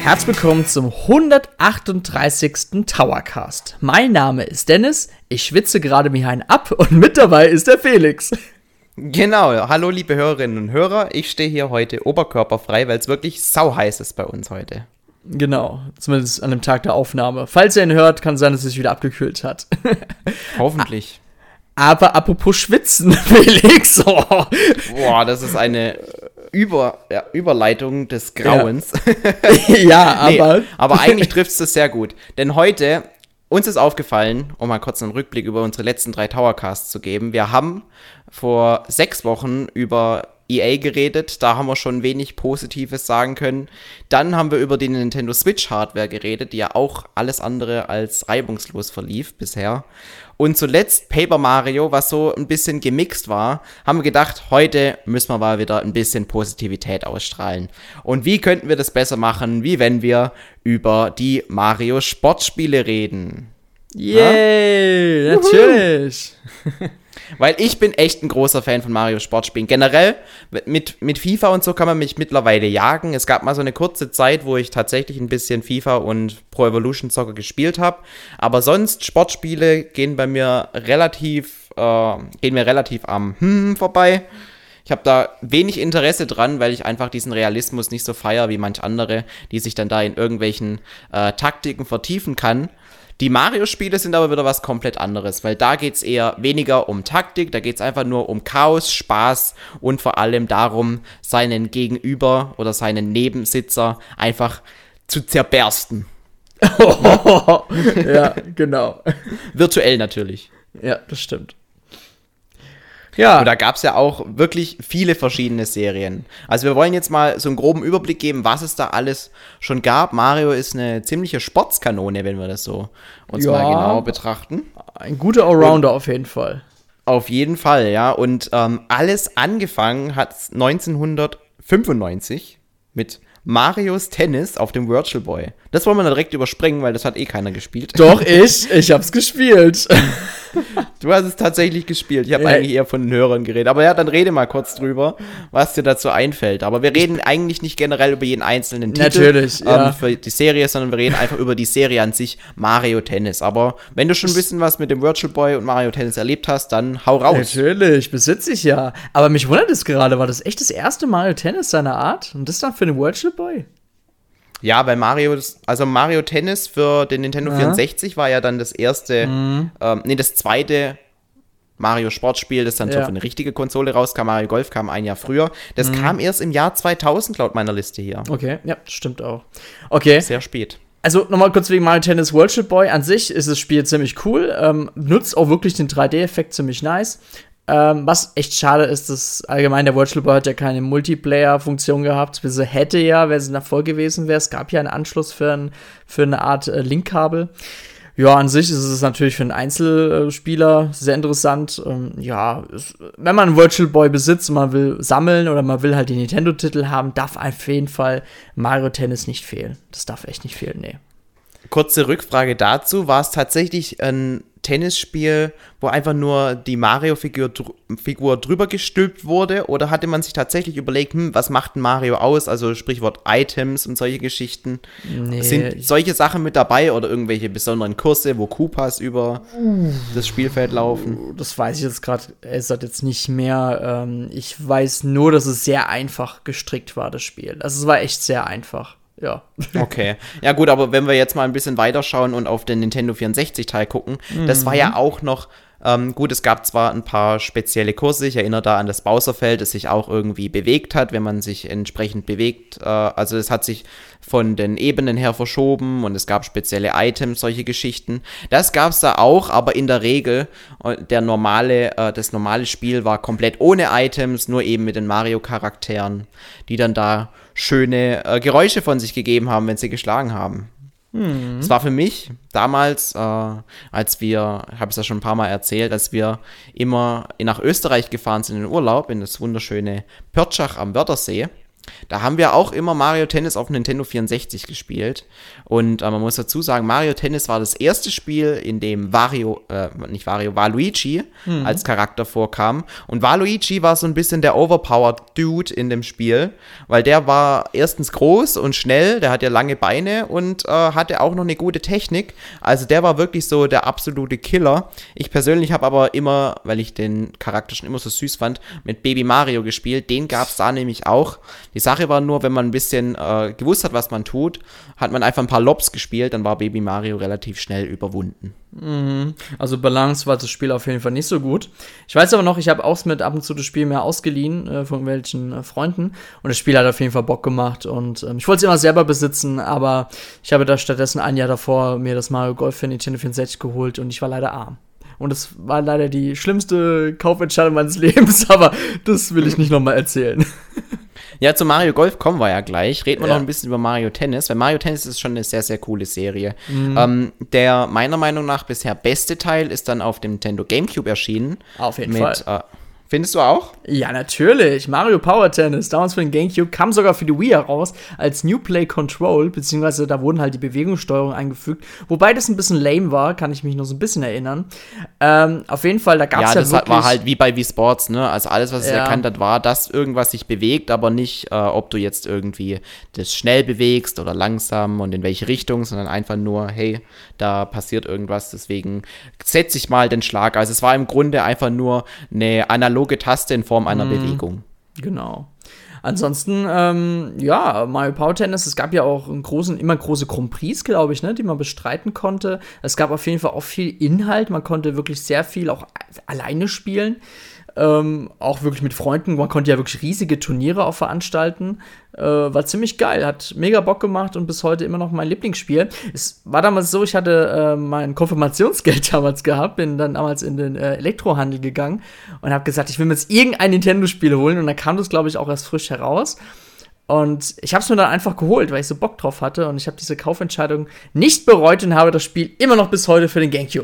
herzlich willkommen zum 138. Towercast. Mein Name ist Dennis, ich schwitze gerade mir einen ab und mit dabei ist der Felix. Genau, hallo liebe Hörerinnen und Hörer, ich stehe hier heute oberkörperfrei, weil es wirklich sauheiß ist bei uns heute. Genau, zumindest an dem Tag der Aufnahme. Falls ihr ihn hört, kann sein, dass es sich wieder abgekühlt hat. Hoffentlich. Aber apropos Schwitzen, Felix. Oh. Boah, das ist eine Überleitung des Grauens. Ja, aber... Nee, aber eigentlich trifft es das sehr gut. Denn heute, uns ist aufgefallen, um mal kurz einen Rückblick über unsere letzten 3 Towercasts zu geben, wir haben vor 6 Wochen über EA geredet, da haben wir schon wenig Positives sagen können. Dann haben wir über die Nintendo Switch Hardware geredet, die ja auch alles andere als reibungslos verlief bisher. Und zuletzt Paper Mario, was so ein bisschen gemixt war, haben wir gedacht, heute müssen wir mal wieder ein bisschen Positivität ausstrahlen. Und wie könnten wir das besser machen, wie wenn wir über die Mario Sportspiele reden? Yay, ja? Natürlich. Weil ich bin echt ein großer Fan von Mario Sportspielen. Generell, mit FIFA und so kann man mich mittlerweile jagen. Es gab mal so eine kurze Zeit, wo ich tatsächlich ein bisschen FIFA und Pro Evolution Soccer gespielt habe. Aber sonst, Sportspiele gehen mir relativ am vorbei. Ich habe da wenig Interesse dran, weil ich einfach diesen Realismus nicht so feiere wie manch andere, die sich dann da in irgendwelchen Taktiken vertiefen kann. Die Mario-Spiele sind aber wieder was komplett anderes, weil da geht es eher weniger um Taktik, da geht es einfach nur um Chaos, Spaß und vor allem darum, seinen Gegenüber oder seinen Nebensitzer einfach zu zerbersten. Ja, genau. Virtuell natürlich. Ja, das stimmt. Ja. Und da gab es ja auch wirklich viele verschiedene Serien. Also wir wollen jetzt mal so einen groben Überblick geben, was es da alles schon gab. Mario ist eine ziemliche Sportskanone, wenn wir das so uns mal genau betrachten. Ein guter Allrounder auf jeden Fall. Auf jeden Fall, ja. Und alles angefangen hat 1995 mit Marios Tennis auf dem Virtual Boy. Das wollen wir dann direkt überspringen, weil das hat eh keiner gespielt. Doch, ich hab's gespielt. Du hast es tatsächlich gespielt. Ich habe eigentlich eher von den Hörern geredet. Aber ja, dann rede mal kurz drüber, was dir dazu einfällt. Aber wir reden eigentlich nicht generell über jeden einzelnen Titel. Natürlich, ja. Für die Serie, sondern wir reden einfach über die Serie an sich, Mario Tennis. Aber wenn du schon ein bisschen was mit dem Virtual Boy und Mario Tennis erlebt hast, dann hau raus. Natürlich, besitze ich ja. Aber mich wundert es gerade, war das echt das erste Mario Tennis seiner Art? Und das dann für den Virtual Boy? Ja, weil Mario Tennis für den Nintendo 64 war ja dann das erste, das zweite Mario Sportspiel, das dann so für eine richtige Konsole rauskam. Mario Golf kam ein Jahr früher. Das kam erst im Jahr 2000 laut meiner Liste hier. Okay, ja, stimmt auch. Okay. Sehr spät. Also nochmal kurz wegen Mario Tennis Virtual Boy. An sich ist das Spiel ziemlich cool, nutzt auch wirklich den 3D-Effekt ziemlich nice. Was echt schade ist, dass allgemein der Virtual Boy hat ja keine Multiplayer-Funktion gehabt. Beziehungsweise hätte ja, wenn es davor gewesen wäre. Es gab ja einen Anschluss für eine Art Linkkabel. Ja, an sich ist es natürlich für einen Einzelspieler sehr interessant. Wenn man einen Virtual Boy besitzt und man will sammeln oder man will halt die Nintendo-Titel haben, darf auf jeden Fall Mario Tennis nicht fehlen. Das darf echt nicht fehlen, nee. Kurze Rückfrage dazu. War es tatsächlich ein Tennisspiel, wo einfach nur die Mario-Figur drüber gestülpt wurde? Oder hatte man sich tatsächlich überlegt, was macht ein Mario aus? Also Sprichwort Items und solche Geschichten. Nee. Sind solche Sachen mit dabei oder irgendwelche besonderen Kurse, wo Koopas über das Spielfeld laufen? Das weiß ich jetzt gerade, es hat jetzt nicht mehr. Ich weiß nur, dass es sehr einfach gestrickt war, das Spiel. Also es war echt sehr einfach. Ja. Okay. Ja gut, aber wenn wir jetzt mal ein bisschen weiterschauen und auf den Nintendo 64-Teil gucken, das war ja auch noch, es gab zwar ein paar spezielle Kurse, ich erinnere da an das Bowserfeld, das sich auch irgendwie bewegt hat, wenn man sich entsprechend bewegt, also es hat sich von den Ebenen her verschoben und es gab spezielle Items, solche Geschichten. Das gab es da auch, aber in der Regel, das normale Spiel war komplett ohne Items, nur eben mit den Mario-Charakteren, die dann da schöne Geräusche von sich gegeben haben, wenn sie geschlagen haben. Das war für mich damals, als wir, ich habe es ja schon ein paar Mal erzählt, als wir immer nach Österreich gefahren sind in den Urlaub, in das wunderschöne Pörtschach am Wörthersee, Da haben wir auch immer Mario Tennis auf Nintendo 64 gespielt. Und man muss dazu sagen, Mario Tennis war das erste Spiel, in dem Waluigi als Charakter vorkam. Und Waluigi war so ein bisschen der overpowered Dude in dem Spiel, weil der war erstens groß und schnell, der hat ja lange Beine und hatte auch noch eine gute Technik. Also der war wirklich so der absolute Killer. Ich persönlich habe aber immer, weil ich den Charakter schon immer so süß fand, mit Baby Mario gespielt. Den gab es da nämlich auch. Die Sache war nur, wenn man ein bisschen gewusst hat, was man tut, hat man einfach ein paar Lobs gespielt, dann war Baby Mario relativ schnell überwunden. Also Balance war das Spiel auf jeden Fall nicht so gut. Ich weiß aber noch, ich habe auch mit ab und zu das Spiel mehr ausgeliehen von welchen Freunden und das Spiel hat auf jeden Fall Bock gemacht und ich wollte es immer selber besitzen, aber ich habe da stattdessen ein Jahr davor mir das Mario Golf für Nintendo 64 geholt und ich war leider arm. Und das war leider die schlimmste Kaufentscheidung meines Lebens, aber das will ich nicht nochmal erzählen. Ja, zu Mario Golf kommen wir ja gleich. Reden wir noch ein bisschen über Mario Tennis, weil Mario Tennis ist schon eine sehr, sehr coole Serie. Der meiner Meinung nach bisher beste Teil ist dann auf dem Nintendo GameCube erschienen. Auf jeden Fall. Findest du auch? Ja, natürlich. Mario Power Tennis, damals für den GameCube, kam sogar für die Wii heraus als New Play Control, beziehungsweise da wurden halt die Bewegungssteuerung eingefügt. Wobei das ein bisschen lame war, kann ich mich noch so ein bisschen erinnern. Auf jeden Fall, da gab es ja das war halt wie bei Wii Sports, ne? Also alles, was es erkannt hat, war, dass irgendwas sich bewegt, aber nicht, ob du jetzt irgendwie das schnell bewegst oder langsam und in welche Richtung, sondern einfach nur, hey, da passiert irgendwas, deswegen setze ich mal den Schlag. Also es war im Grunde einfach nur eine analoge Taste in Form einer Bewegung. Genau. Ansonsten, Mario Power Tennis, es gab ja auch immer große Grand Prix, glaube ich, ne, die man bestreiten konnte. Es gab auf jeden Fall auch viel Inhalt, man konnte wirklich sehr viel auch alleine spielen. Auch wirklich mit Freunden, man konnte ja wirklich riesige Turniere auch veranstalten. War ziemlich geil, hat mega Bock gemacht und bis heute immer noch mein Lieblingsspiel. Es war damals so, ich hatte mein Konfirmationsgeld damals gehabt, bin dann damals in den Elektrohandel gegangen und habe gesagt, ich will mir jetzt irgendein Nintendo-Spiel holen und dann kam das, glaube ich, auch erst frisch heraus. Und ich habe es mir dann einfach geholt, weil ich so Bock drauf hatte und ich habe diese Kaufentscheidung nicht bereut und habe das Spiel immer noch bis heute für den GameCube.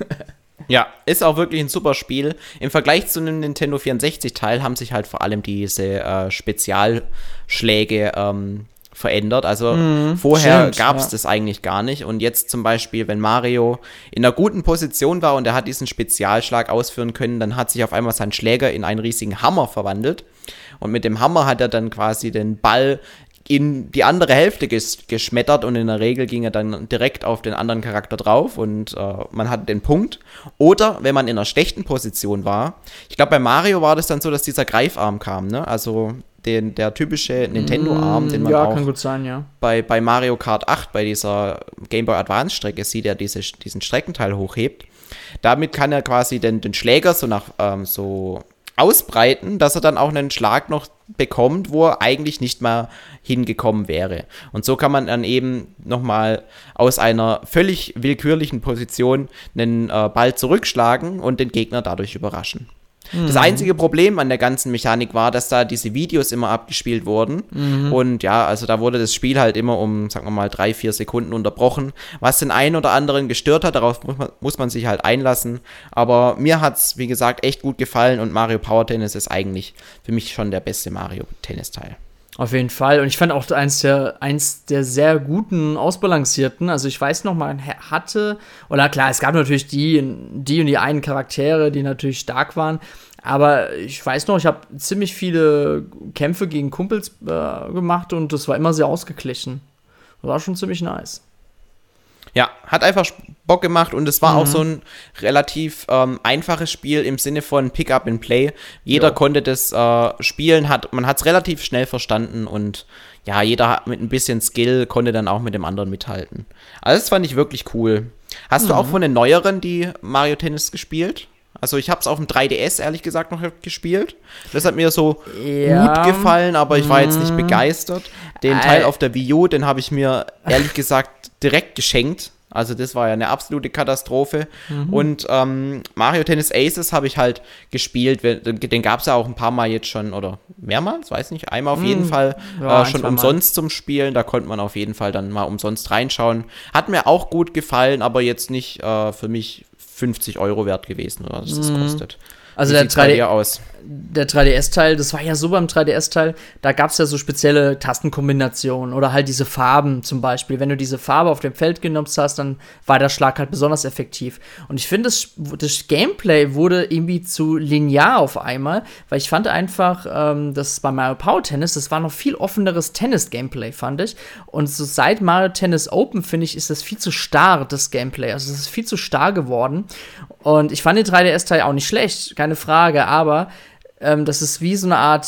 Ja, ist auch wirklich ein super Spiel. Im Vergleich zu einem Nintendo 64-Teil haben sich halt vor allem diese Spezialschläge verändert. Also vorher gab es das eigentlich gar nicht. Und jetzt zum Beispiel, wenn Mario in einer guten Position war und er hat diesen Spezialschlag ausführen können, dann hat sich auf einmal sein Schläger in einen riesigen Hammer verwandelt. Und mit dem Hammer hat er dann quasi den Ball in die andere Hälfte geschmettert und in der Regel ging er dann direkt auf den anderen Charakter drauf und man hatte den Punkt. Oder wenn man in einer schlechten Position war, ich glaube bei Mario war das dann so, dass dieser Greifarm kam, ne? Also der typische Nintendo-Arm, den man auch kann gut sein, ja. bei Mario Kart 8, bei dieser Game Boy Advance-Strecke sieht, der diesen Streckenteil hochhebt. Damit kann er quasi den Schläger so nach so ausbreiten, dass er dann auch einen Schlag noch bekommt, wo er eigentlich nicht mehr hingekommen wäre. Und so kann man dann eben nochmal aus einer völlig willkürlichen Position einen Ball zurückschlagen und den Gegner dadurch überraschen. Das einzige Problem an der ganzen Mechanik war, dass da diese Videos immer abgespielt wurden. Und ja, also da wurde das Spiel halt immer um, sagen wir mal, 3-4 Sekunden unterbrochen, was den einen oder anderen gestört hat. Darauf muss man sich halt einlassen. Aber mir hat's, wie gesagt, echt gut gefallen und Mario Power Tennis ist eigentlich für mich schon der beste Mario Tennis Teil. Auf jeden Fall. Und ich fand auch eins der sehr guten, ausbalancierten. Also ich weiß noch, man hatte, oder klar, es gab natürlich die und die einen Charaktere, die natürlich stark waren. Aber ich weiß noch, ich habe ziemlich viele Kämpfe gegen Kumpels gemacht und das war immer sehr ausgeglichen. Das war schon ziemlich nice. Ja, hat einfach Bock gemacht und es war auch so ein relativ einfaches Spiel im Sinne von Pick-up and Play. Jeder konnte das spielen, man hat es relativ schnell verstanden und ja, jeder mit ein bisschen Skill konnte dann auch mit dem anderen mithalten. Also das fand ich wirklich cool. Hast du auch von den neueren die Mario Tennis gespielt? Also ich habe es auf dem 3DS ehrlich gesagt noch gespielt. Das hat mir so gut gefallen, aber ich war jetzt nicht begeistert. Den Teil auf der Wii U, den habe ich mir ehrlich gesagt direkt geschenkt. Also das war ja eine absolute Katastrophe. Und Mario Tennis Aces habe ich halt gespielt. Den gab es ja auch ein paar Mal jetzt schon oder mehrmals, weiß nicht. Einmal auf jeden Fall schon umsonst zum Spielen. Da konnte man auf jeden Fall dann mal umsonst reinschauen. Hat mir auch gut gefallen, aber jetzt nicht für mich 50 € wert gewesen, oder was das kostet. Also Wie sieht's bei dir aus? Der 3DS-Teil, das war ja so beim 3DS-Teil, da gab es ja so spezielle Tastenkombinationen oder halt diese Farben zum Beispiel. Wenn du diese Farbe auf dem Feld genommen hast, dann war der Schlag halt besonders effektiv. Und ich finde, das Gameplay wurde irgendwie zu linear auf einmal, weil ich fand einfach, dass bei Mario Power Tennis, das war noch viel offeneres Tennis-Gameplay, fand ich. Und so seit Mario Tennis Open, finde ich, ist das viel zu starr, das Gameplay. Also es ist viel zu starr geworden. Und ich fand den 3DS-Teil auch nicht schlecht, keine Frage, aber das ist wie so eine Art,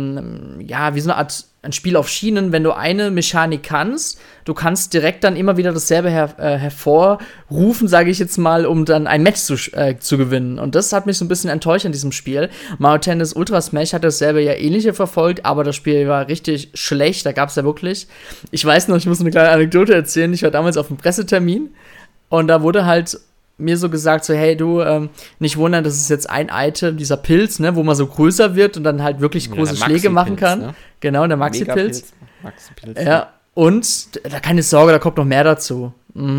ein Spiel auf Schienen, wenn du eine Mechanik kannst, du kannst direkt dann immer wieder dasselbe hervorrufen, sage ich jetzt mal, um dann ein Match zu gewinnen. Und das hat mich so ein bisschen enttäuscht in diesem Spiel. Mario Tennis Ultra Smash hat dasselbe ja ähnliche verfolgt, aber das Spiel war richtig schlecht, da gab es ja wirklich, ich weiß noch, ich muss eine kleine Anekdote erzählen, ich war damals auf einem Pressetermin und da wurde halt mir so gesagt, so, hey, du, nicht wundern, das ist jetzt ein Item, dieser Pilz, ne, wo man so größer wird und dann halt wirklich große Schläge machen kann. Ne? Genau, der Maxi-Pilz. Ja, und da keine Sorge, da kommt noch mehr dazu.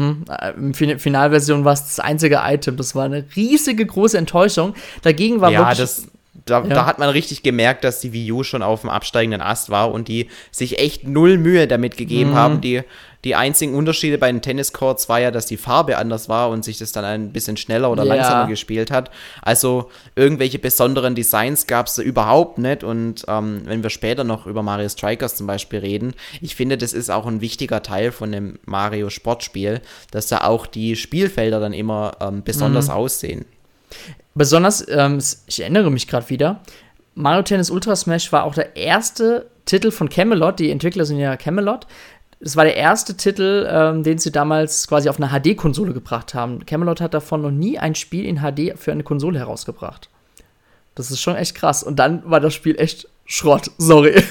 In Finalversion war es das einzige Item. Das war eine riesige, große Enttäuschung. Dagegen war wirklich... Da hat man richtig gemerkt, dass die Wii U schon auf dem absteigenden Ast war und die sich echt null Mühe damit gegeben haben. Die einzigen Unterschiede bei den Tenniscourts war ja, dass die Farbe anders war und sich das dann ein bisschen schneller oder langsamer gespielt hat. Also irgendwelche besonderen Designs gab es überhaupt nicht. Und wenn wir später noch über Mario Strikers zum Beispiel reden, ich finde, das ist auch ein wichtiger Teil von dem Mario-Sportspiel, dass da auch die Spielfelder dann immer besonders aussehen. Besonders, ich erinnere mich gerade wieder, Mario Tennis Ultra Smash war auch der erste Titel von Camelot, die Entwickler sind ja Camelot. Es war der erste Titel, den sie damals quasi auf einer HD-Konsole gebracht haben. Camelot hat davon noch nie ein Spiel in HD für eine Konsole herausgebracht. Das ist schon echt krass. Und dann war das Spiel echt Schrott, sorry.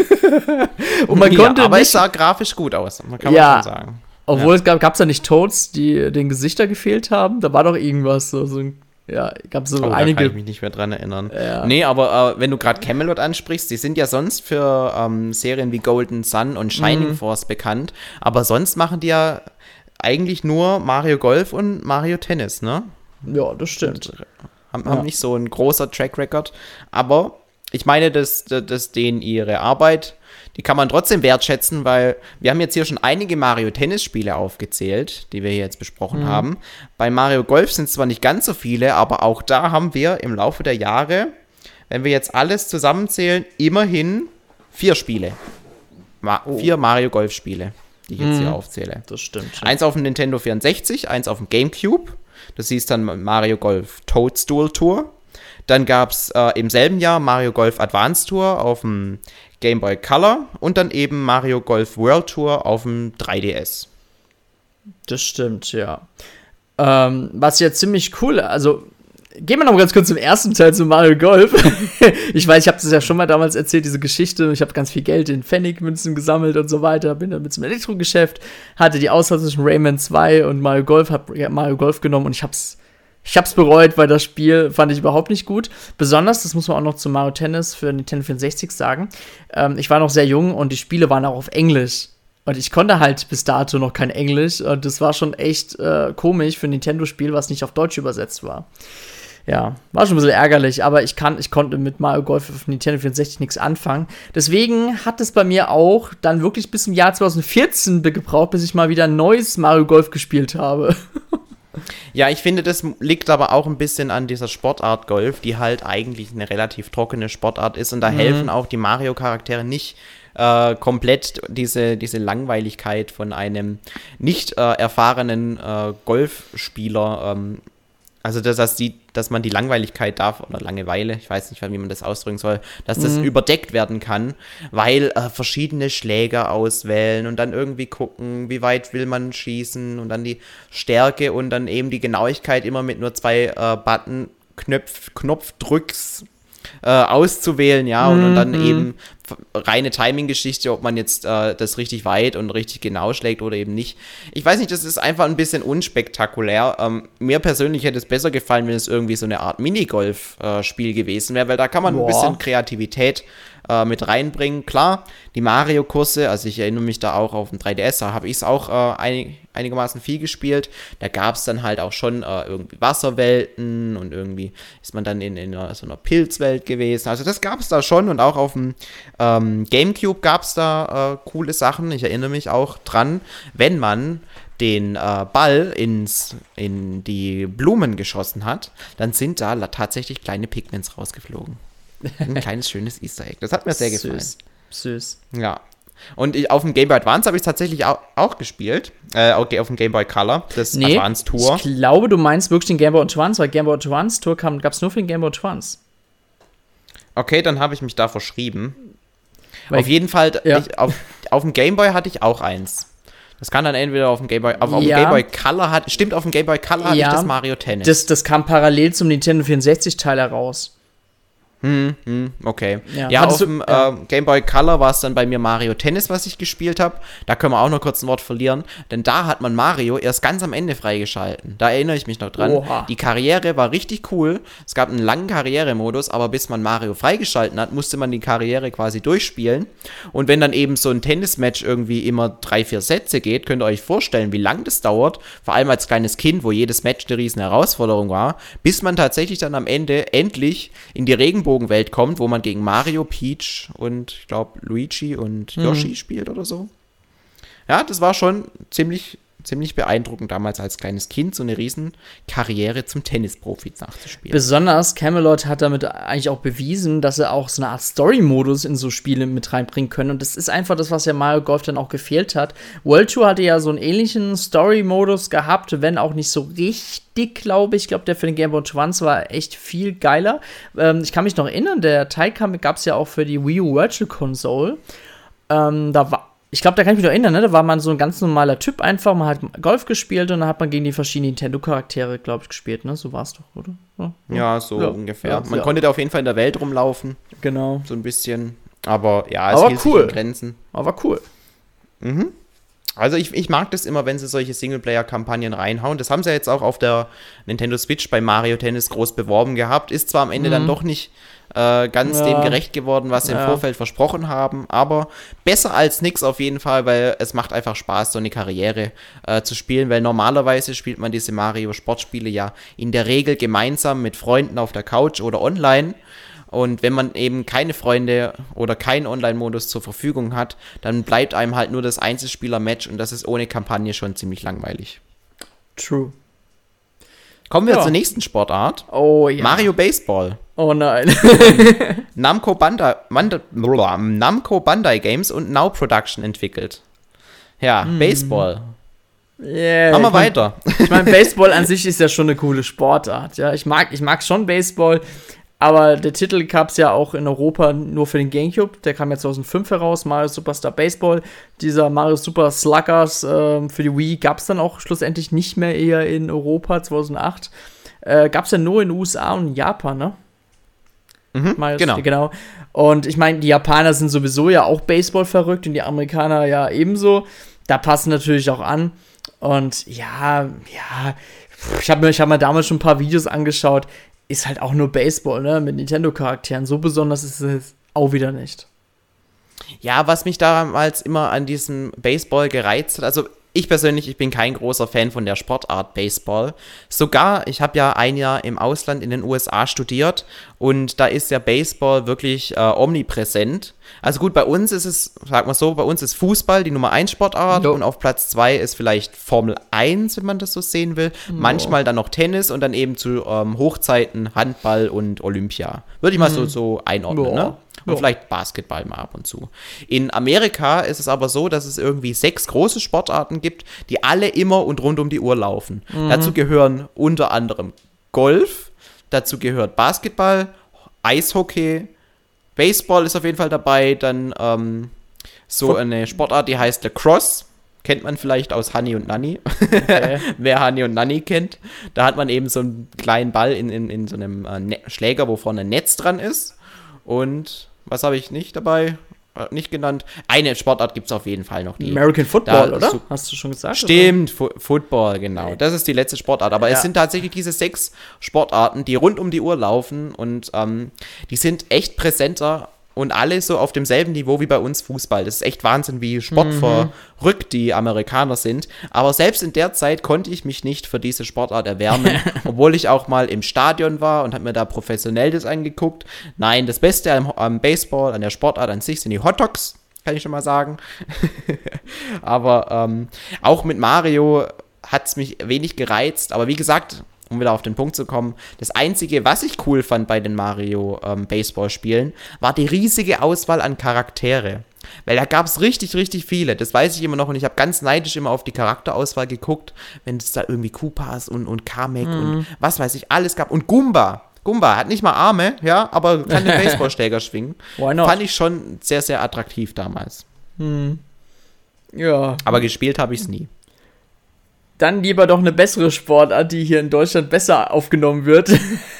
Und man konnte aber es sah grafisch gut aus, kann man schon sagen. Obwohl es gab da nicht Toads, die den Gesichter gefehlt haben. Da war doch irgendwas, so ein gab so einige. Da kann ich mich nicht mehr dran erinnern. Ja. Nee, aber wenn du gerade Camelot ansprichst, die sind ja sonst für Serien wie Golden Sun und Shining Force bekannt, aber sonst machen die ja eigentlich nur Mario Golf und Mario Tennis, ne? Ja, das stimmt. Haben nicht so ein großer Track Record, aber ich meine, dass denen ihre Arbeit, die kann man trotzdem wertschätzen, weil wir haben jetzt hier schon einige Mario-Tennis-Spiele aufgezählt, die wir hier jetzt besprochen haben. Bei Mario Golf sind es zwar nicht ganz so viele, aber auch da haben wir im Laufe der Jahre, wenn wir jetzt alles zusammenzählen, immerhin 4 Spiele. 4 Mario Golf-Spiele, die ich jetzt hier aufzähle. Das stimmt. Eins auf dem Nintendo 64, eins auf dem GameCube. Das hieß dann Mario Golf Toadstool Tour. Dann gab es im selben Jahr Mario Golf Advance Tour auf dem Game Boy Color und dann eben Mario Golf World Tour auf dem 3DS. Das stimmt, ja. Was ja ziemlich cool, also gehen wir noch ganz kurz zum ersten Teil zu Mario Golf. Ich weiß, ich habe das ja schon mal damals erzählt, diese Geschichte. Ich habe ganz viel Geld in Pfennigmünzen gesammelt und so weiter. Bin dann mit zum Elektrogeschäft, hatte die Auswahl zwischen Rayman 2 und Mario Golf, habe Mario Golf genommen und ich hab's bereut, weil das Spiel fand ich überhaupt nicht gut. Besonders, das muss man auch noch zu Mario Tennis für Nintendo 64 sagen, ich war noch sehr jung und die Spiele waren auch auf Englisch. Und ich konnte halt bis dato noch kein Englisch. Und das war schon echt komisch für ein Nintendo-Spiel, was nicht auf Deutsch übersetzt war. Ja, war schon ein bisschen ärgerlich, aber ich konnte mit Mario Golf auf Nintendo 64 nichts anfangen. Deswegen hat es bei mir auch dann wirklich bis zum Jahr 2014 gebraucht, bis ich mal wieder ein neues Mario Golf gespielt habe. Ja, ich finde, das liegt aber auch ein bisschen an dieser Sportart Golf, die halt eigentlich eine relativ trockene Sportart ist. Und da helfen auch die Mario-Charaktere nicht komplett diese Langweiligkeit von einem nicht erfahrenen Golfspieler, also dass man die Langweiligkeit oder Langeweile, ich weiß nicht, wie man das ausdrücken soll, dass das überdeckt werden kann, weil verschiedene Schläger auswählen und dann irgendwie gucken, wie weit will man schießen und dann die Stärke und dann eben die Genauigkeit immer mit nur 2 Knopfdrücks auszuwählen, ja, und dann eben reine Timing-Geschichte, ob man jetzt das richtig weit und richtig genau schlägt oder eben nicht. Ich weiß nicht, das ist einfach ein bisschen unspektakulär. Mir persönlich hätte es besser gefallen, wenn es irgendwie so eine Art Minigolf-Spiel gewesen wäre, weil da kann man ein bisschen Kreativität mit reinbringen. Klar, die Mario-Kurse, also ich erinnere mich da auch auf dem 3DS, da habe ich es auch einigermaßen viel gespielt. Da gab es dann halt auch schon irgendwie Wasserwelten und irgendwie ist man dann in so einer Pilzwelt gewesen. Also das gab es da schon und auch auf dem Gamecube gab es da coole Sachen. Ich erinnere mich auch dran, wenn man den Ball in die Blumen geschossen hat, dann sind da tatsächlich kleine Pigments rausgeflogen. Ein kleines, schönes Easter Egg. Das hat mir sehr gefallen. Süß. Ja. Und auf dem Game Boy Advance habe ich es tatsächlich auch gespielt. Okay, auf dem Game Boy Color, das Advance Tour. Ich glaube, du meinst wirklich den Game Boy Advance, weil Game Boy Advance Tour gab es nur für den Game Boy Advance. Okay, dann habe ich mich da verschrieben. Weil auf jeden Fall, auf dem Game Boy hatte ich auch eins. Das kann dann entweder auf dem Game Boy, auf dem Game Boy Color auf dem Game Boy Color hatte ich das Mario Tennis. Das kam parallel zum Nintendo 64-Teil heraus. Okay. Ja, auf dem Game Boy Color war es dann bei mir Mario Tennis, was ich gespielt habe. Da können wir auch noch kurz ein Wort verlieren, denn da hat man Mario erst ganz am Ende freigeschalten. Da erinnere ich mich noch dran. Oha. Die Karriere war richtig cool. Es gab einen langen Karrieremodus, aber bis man Mario freigeschalten hat, musste man die Karriere quasi durchspielen. Und wenn dann eben so ein Tennismatch irgendwie immer 3-4 Sätze geht, könnt ihr euch vorstellen, wie lang das dauert, vor allem als kleines Kind, wo jedes Match eine riesen Herausforderung war, bis man tatsächlich dann am Ende endlich in die Regenbogenwelt kommt, wo man gegen Mario, Peach und ich glaube Luigi und Yoshi spielt oder so. Ja, das war schon ziemlich beeindruckend damals als kleines Kind, so eine riesen Karriere zum Tennisprofi nachzuspielen. Besonders Camelot hat damit eigentlich auch bewiesen, dass sie auch so eine Art Story-Modus in so Spiele mit reinbringen können. Und das ist einfach das, was ja Mario Golf dann auch gefehlt hat. World Tour hatte ja so einen ähnlichen Story-Modus gehabt, wenn auch nicht so richtig, glaube ich. Ich glaube, der für den Game Boy Advance war echt viel geiler. Ich kann mich noch erinnern, der Teil gab es ja auch für die Wii U Virtual Console. Ich glaube, da kann ich mich noch erinnern, ne? Da war man so ein ganz normaler Typ einfach, man hat Golf gespielt und dann hat man gegen die verschiedenen Nintendo-Charaktere, glaube ich, gespielt, ne? So war es doch, oder? Ja, so ungefähr. Man konnte da auf jeden Fall in der Welt rumlaufen. Genau. So ein bisschen. Aber ja, es hielt sich in Grenzen. Aber cool. Also ich mag das immer, wenn sie solche Singleplayer-Kampagnen reinhauen. Das haben sie jetzt auch auf der Nintendo Switch bei Mario Tennis groß beworben gehabt. Ist zwar am Ende dann doch nicht ganz dem gerecht geworden, was sie im Vorfeld versprochen haben, aber besser als nix auf jeden Fall, weil es macht einfach Spaß, so eine Karriere zu spielen, weil normalerweise spielt man diese Mario-Sportspiele ja in der Regel gemeinsam mit Freunden auf der Couch oder online. Und wenn man eben keine Freunde oder keinen Online-Modus zur Verfügung hat, dann bleibt einem halt nur das Einzelspieler-Match und das ist ohne Kampagne schon ziemlich langweilig. True. Kommen wir zur nächsten Sportart. Oh ja. Mario Baseball. Oh nein. Namco Bandai Games und Now Production entwickelt. Ja, Baseball. Yeah, Machen wir weiter. Ich meine, Baseball an sich ist ja schon eine coole Sportart. Ja, ich mag schon Baseball. Aber der Titel gab es ja auch in Europa nur für den Gamecube. Der kam ja 2005 heraus, Mario Superstar Baseball. Dieser Mario Super Sluggers für die Wii gab es dann auch schlussendlich nicht mehr eher in Europa 2008. Gab es ja nur in den USA und in Japan, ne? Genau. Und ich meine, die Japaner sind sowieso ja auch Baseball verrückt und die Amerikaner ja ebenso. Da passen natürlich auch an. Und ich habe mir damals schon ein paar Videos angeschaut. Ist halt auch nur Baseball, ne, mit Nintendo-Charakteren. So besonders ist es auch wieder nicht. Ja, was mich damals immer an diesem Baseball gereizt hat, also ich persönlich, ich bin kein großer Fan von der Sportart Baseball. Sogar, ich habe ja ein Jahr im Ausland in den USA studiert und da ist ja Baseball wirklich omnipräsent. Also gut, bei uns ist es, sag mal so, bei uns ist Fußball die Nummer 1 Sportart und auf Platz 2 ist vielleicht Formel 1, wenn man das so sehen will. Manchmal dann noch Tennis und dann eben zu Hochzeiten Handball und Olympia. Würde ich mal so einordnen, ne? Und vielleicht Basketball mal ab und zu. In Amerika ist es aber so, dass es irgendwie 6 große Sportarten gibt, die alle immer und rund um die Uhr laufen. Dazu gehören unter anderem Golf, dazu gehört Basketball, Eishockey, Baseball ist auf jeden Fall dabei, dann eine Sportart, die heißt Lacrosse. Kennt man vielleicht aus Hani und Nanny. Okay. Wer Hani und Nanny kennt. Da hat man eben so einen kleinen Ball in so einem Schläger, wo vorne ein Netz dran ist. Und was habe ich nicht dabei? Nicht genannt. Eine Sportart gibt es auf jeden Fall noch. American Football, oder? Hast du schon gesagt? Stimmt, Football, genau. Das ist die letzte Sportart. Aber es sind tatsächlich diese 6 Sportarten, die rund um die Uhr laufen. Und die sind echt präsenter und alle so auf demselben Niveau wie bei uns Fußball. Das ist echt Wahnsinn, wie sportverrückt die Amerikaner sind. Aber selbst in der Zeit konnte ich mich nicht für diese Sportart erwärmen, obwohl ich auch mal im Stadion war und habe mir da professionell das angeguckt. Nein, das Beste am Baseball, an der Sportart an sich sind die Hotdogs, kann ich schon mal sagen. Aber auch mit Mario hat es mich wenig gereizt. Aber wie gesagt, um wieder auf den Punkt zu kommen, das Einzige, was ich cool fand bei den Mario Baseball-Spielen, war die riesige Auswahl an Charaktere. Weil da gab es richtig, richtig viele. Das weiß ich immer noch und ich habe ganz neidisch immer auf die Charakterauswahl geguckt, wenn es da irgendwie Koopas und Kamek und was weiß ich, alles gab. Und Goomba. Goomba hat nicht mal Arme, ja, aber kann den Baseballschläger schwingen. Fand ich schon sehr, sehr attraktiv damals. Ja. Aber gespielt habe ich es nie. Dann lieber doch eine bessere Sportart, die hier in Deutschland besser aufgenommen wird.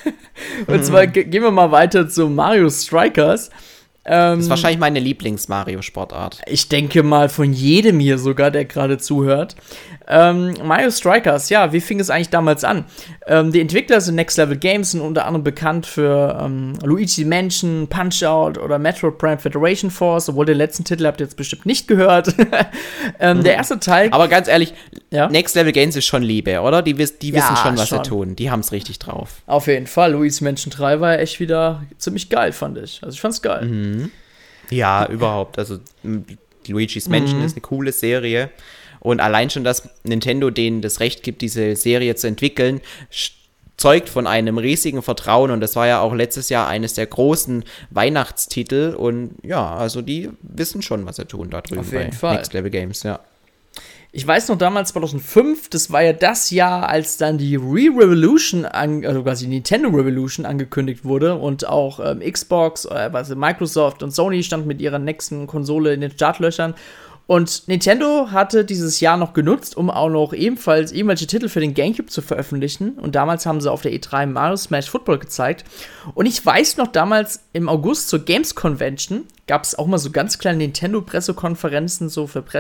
Und zwar gehen wir mal weiter zu Mario Strikers. Das ist wahrscheinlich meine Lieblings-Mario-Sportart. Ich denke mal von jedem hier sogar, der gerade zuhört. Mario Strikers, ja, wie fing es eigentlich damals an? Die Entwickler sind Next Level Games, sind unter anderem bekannt für Luigi Mansion, Punch-Out oder Metroid Prime Federation Force, obwohl den letzten Titel habt ihr jetzt bestimmt nicht gehört. Der erste Teil... Aber ganz ehrlich, ja? Next Level Games ist schon Liebe, oder? Die wissen schon, was sie tun. Die haben es richtig drauf. Auf jeden Fall. Luigi's Mansion 3 war ja echt wieder ziemlich geil, fand ich. Also ich fand's geil. Ja, überhaupt. Also Luigi's Mansion ist eine coole Serie. Und allein schon, dass Nintendo denen das Recht gibt, diese Serie zu entwickeln, zeugt von einem riesigen Vertrauen. Und das war ja auch letztes Jahr eines der großen Weihnachtstitel. Und ja, also die wissen schon, was sie tun da drüben. Auf jeden Fall. Next Level Games, ja. Ich weiß noch damals 2005, das war ja das Jahr, als dann die Revolution, also quasi Nintendo Revolution angekündigt wurde und auch Xbox, Microsoft und Sony standen mit ihrer nächsten Konsole in den Startlöchern. Und Nintendo hatte dieses Jahr noch genutzt, um auch noch ebenfalls irgendwelche Titel für den GameCube zu veröffentlichen. Und damals haben sie auf der E3 Mario Smash Football gezeigt. Und ich weiß noch, damals im August zur Games Convention gab es auch mal so ganz kleine Nintendo-Pressekonferenzen, so für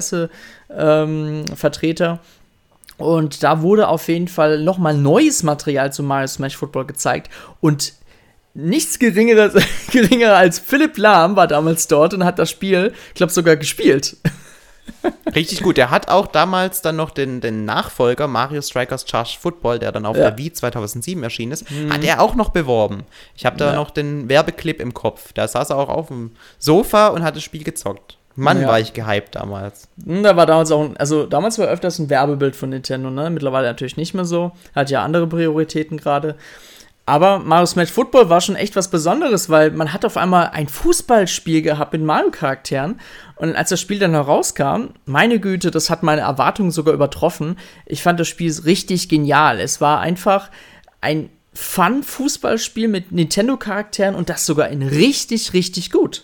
Pressevertreter. Und da wurde auf jeden Fall noch mal neues Material zu Mario Smash Football gezeigt. Und nichts geringerer als Philipp Lahm war damals dort und hat das Spiel, ich glaube, sogar gespielt. Richtig gut. Der hat auch damals dann noch den Nachfolger Mario Strikers Charged Football, der dann auf der Wii 2007 erschienen ist, hat er auch noch beworben. Ich habe da noch den Werbeclip im Kopf. Da saß er auch auf dem Sofa und hat das Spiel gezockt. Mann, war ich gehypt damals. Da war damals auch, also damals war öfters ein Werbebild von Nintendo, ne? Mittlerweile natürlich nicht mehr so. Hat ja andere Prioritäten gerade. Aber Mario Smash Football war schon echt was Besonderes, weil man hat auf einmal ein Fußballspiel gehabt mit Mario-Charakteren. Und als das Spiel dann herauskam, meine Güte, das hat meine Erwartungen sogar übertroffen. Ich fand das Spiel richtig genial. Es war einfach ein Fun-Fußballspiel mit Nintendo-Charakteren und das sogar in richtig, richtig gut.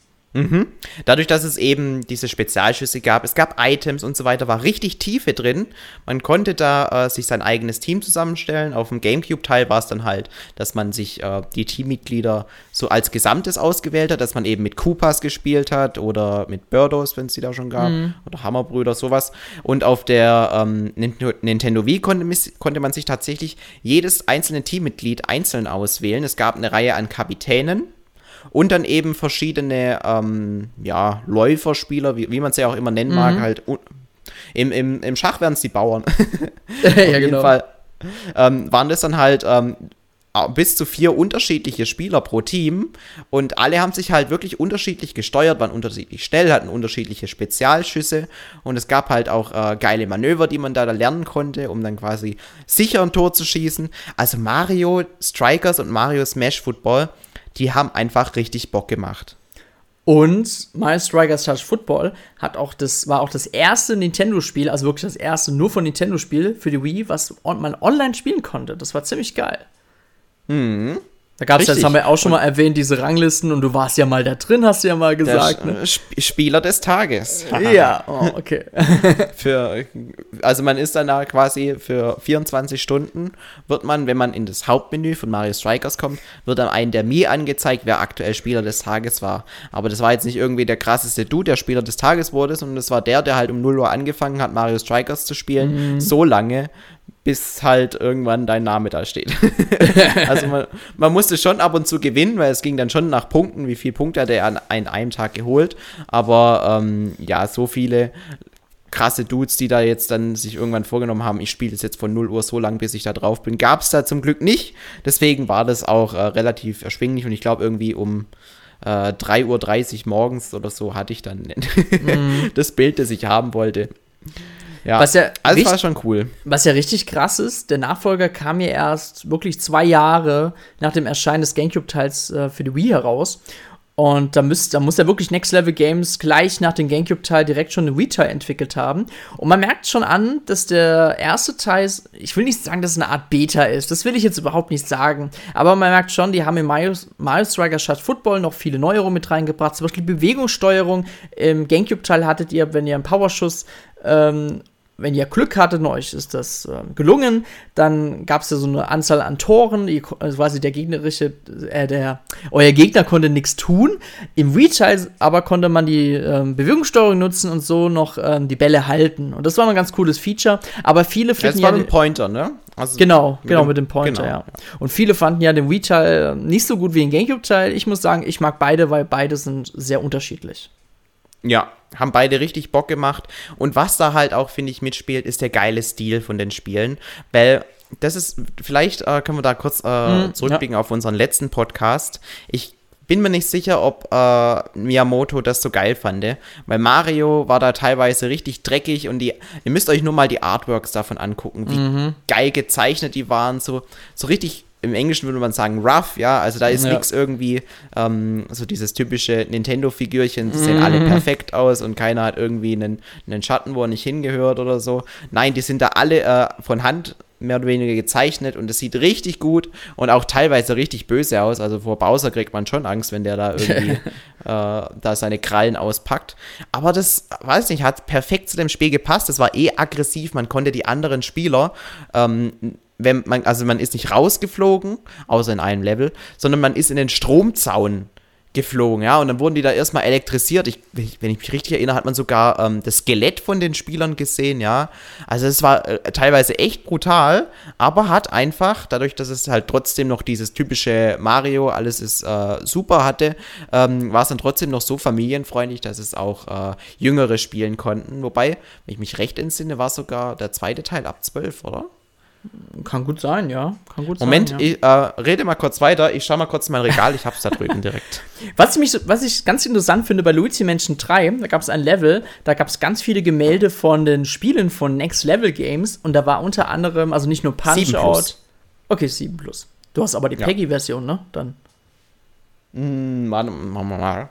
Dadurch, dass es eben diese Spezialschüsse gab, es gab Items und so weiter, war richtig Tiefe drin. Man konnte da sich sein eigenes Team zusammenstellen. Auf dem Gamecube-Teil war es dann halt, dass man sich die Teammitglieder so als Gesamtes ausgewählt hat, dass man eben mit Koopas gespielt hat oder mit Birdos, wenn es die da schon gab, oder Hammerbrüder, sowas. Und auf der Nintendo Wii konnte man sich tatsächlich jedes einzelne Teammitglied einzeln auswählen. Es gab eine Reihe an Kapitänen. Und dann eben verschiedene, Läuferspieler, wie man es ja auch immer nennen mag, halt. Im Schach wären es die Bauern. Ja, Auf jeden Fall waren das dann halt bis zu 4 unterschiedliche Spieler pro Team. Und alle haben sich halt wirklich unterschiedlich gesteuert, waren unterschiedlich schnell, hatten unterschiedliche Spezialschüsse. Und es gab halt auch geile Manöver, die man da lernen konnte, um dann quasi sicher ein Tor zu schießen. Also Mario Strikers und Mario Smash Football, die haben einfach richtig Bock gemacht. Und Mario Strikers Charged Football war auch das erste Nintendo-Spiel, also wirklich das erste nur von Nintendo-Spiel für die Wii, was man online spielen konnte. Das war ziemlich geil. Da gab es, das haben wir auch schon mal erwähnt, diese Ranglisten und du warst ja mal da drin, hast du ja mal gesagt. Ne? Spieler des Tages. Ja, okay. Also man ist dann da quasi für 24 Stunden, wird man, wenn man in das Hauptmenü von Mario Strikers kommt, wird dann einem der Mii angezeigt, wer aktuell Spieler des Tages war. Aber das war jetzt nicht irgendwie der krasseste Dude, der Spieler des Tages wurde, sondern das war der halt um 0 Uhr angefangen hat, Mario Strikers zu spielen, so lange, bis halt irgendwann dein Name da steht. Also man musste schon ab und zu gewinnen, weil es ging dann schon nach Punkten, wie viele Punkte hat er an einem Tag geholt. Aber ja, so viele krasse Dudes, die da jetzt dann sich irgendwann vorgenommen haben, ich spiele das jetzt von 0 Uhr so lang, bis ich da drauf bin, gab es da zum Glück nicht. Deswegen war das auch relativ erschwinglich und ich glaube irgendwie um 3:30 Uhr morgens oder so hatte ich dann das Bild, das ich haben wollte. Ja, also war schon cool. Was ja richtig krass ist, der Nachfolger kam ja erst wirklich 2 Jahre nach dem Erscheinen des GameCube-Teils für die Wii heraus. Und da muss er wirklich Next Level Games gleich nach dem GameCube-Teil direkt schon einen Wii-Teil entwickelt haben. Und man merkt schon an, dass der erste Teil, ich will nicht sagen, dass es eine Art Beta ist, das will ich jetzt überhaupt nicht sagen, aber man merkt schon, die haben in Mario Strikers Shot Football noch viele Neuerungen mit reingebracht, zum Beispiel die Bewegungssteuerung. Im GameCube-Teil hattet ihr, wenn ihr einen Powerschuss wenn ihr Glück hattet und euch ist das gelungen, dann gab es ja so eine Anzahl an Toren, also quasi euer Gegner konnte nichts tun. Im Wii-Teil aber konnte man die Bewegungssteuerung nutzen und so noch die Bälle halten. Und das war ein ganz cooles Feature, aber viele finden ja... Das war ein Pointer, ne? Also genau, mit dem Pointer, genau, ja. Und viele fanden ja den Wii-Teil nicht so gut wie den GameCube-Teil. Ich muss sagen, ich mag beide, weil beide sind sehr unterschiedlich. Ja, haben beide richtig Bock gemacht. Und was da halt auch, finde ich, mitspielt, ist der geile Stil von den Spielen. Weil das ist, vielleicht können wir da kurz zurückblicken auf unseren letzten Podcast. Ich bin mir nicht sicher, ob Miyamoto das so geil fand. Weil Mario war da teilweise richtig dreckig und ihr müsst euch nur mal die Artworks davon angucken, wie geil gezeichnet die waren. So richtig. Im Englischen würde man sagen rough, ja, also da ist nichts irgendwie, so dieses typische Nintendo-Figürchen, die sehen alle perfekt aus und keiner hat irgendwie einen Schatten, wo er nicht hingehört oder so. Nein, die sind da alle von Hand mehr oder weniger gezeichnet und es sieht richtig gut und auch teilweise richtig böse aus, also vor Bowser kriegt man schon Angst, wenn der da irgendwie da seine Krallen auspackt. Aber das, weiß nicht, hat perfekt zu dem Spiel gepasst, das war aggressiv, man konnte die anderen Spieler man ist nicht rausgeflogen, außer in einem Level, sondern man ist in den Stromzaun geflogen, ja, und dann wurden die da erstmal elektrisiert. Wenn ich mich richtig erinnere, hat man sogar das Skelett von den Spielern gesehen, ja. Also es war teilweise echt brutal, aber hat einfach, dadurch, dass es halt trotzdem noch dieses typische Mario, alles ist super hatte, war es dann trotzdem noch so familienfreundlich, dass es auch Jüngere spielen konnten. Wobei, wenn ich mich recht entsinne, war sogar der zweite Teil ab 12, oder? Kann gut sein, ja. Moment, ich rede mal kurz weiter. Ich schaue mal kurz in mein Regal. Ich hab's da drüben direkt. Was ich ganz interessant finde bei Luigi Mansion 3, da gab es ein Level, da gab es ganz viele Gemälde von den Spielen von Next Level Games und da war unter anderem, also nicht nur Punch-Out. Okay, 7+. Du hast aber die Peggy-Version, ne? Dann. Mal.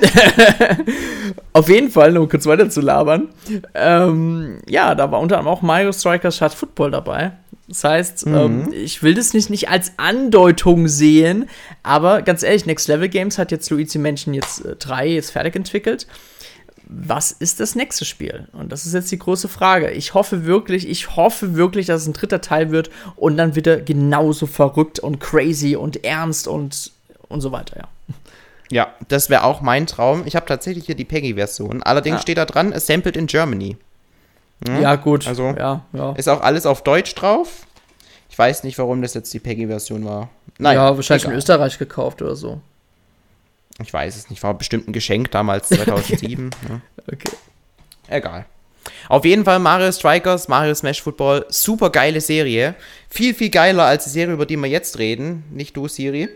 Auf jeden Fall, um kurz weiter zu labern. Ja, da war unter anderem auch Mario Strikers Shot Football dabei. Das heißt, ich will das nicht als Andeutung sehen, aber ganz ehrlich, Next Level Games hat jetzt Luigi Mansion 3 jetzt fertig entwickelt. Was ist das nächste Spiel? Und das ist jetzt die große Frage. Ich hoffe wirklich, dass es ein dritter Teil wird und dann wieder genauso verrückt und crazy und ernst und so weiter, ja. Ja, das wäre auch mein Traum. Ich habe tatsächlich hier die Peggy-Version. Allerdings steht da dran, assembled in Germany. Ja, gut. Also, ja. Ist auch alles auf Deutsch drauf. Ich weiß nicht, warum das jetzt die Peggy-Version war. Nein, ja, wahrscheinlich in Österreich gekauft oder so. Ich weiß es nicht. War bestimmt ein Geschenk damals, 2007. Ja. Okay. Egal. Auf jeden Fall Mario Strikers, Mario Smash Football, super geile Serie. Viel, viel geiler als die Serie, über die wir jetzt reden. Nicht du, Siri.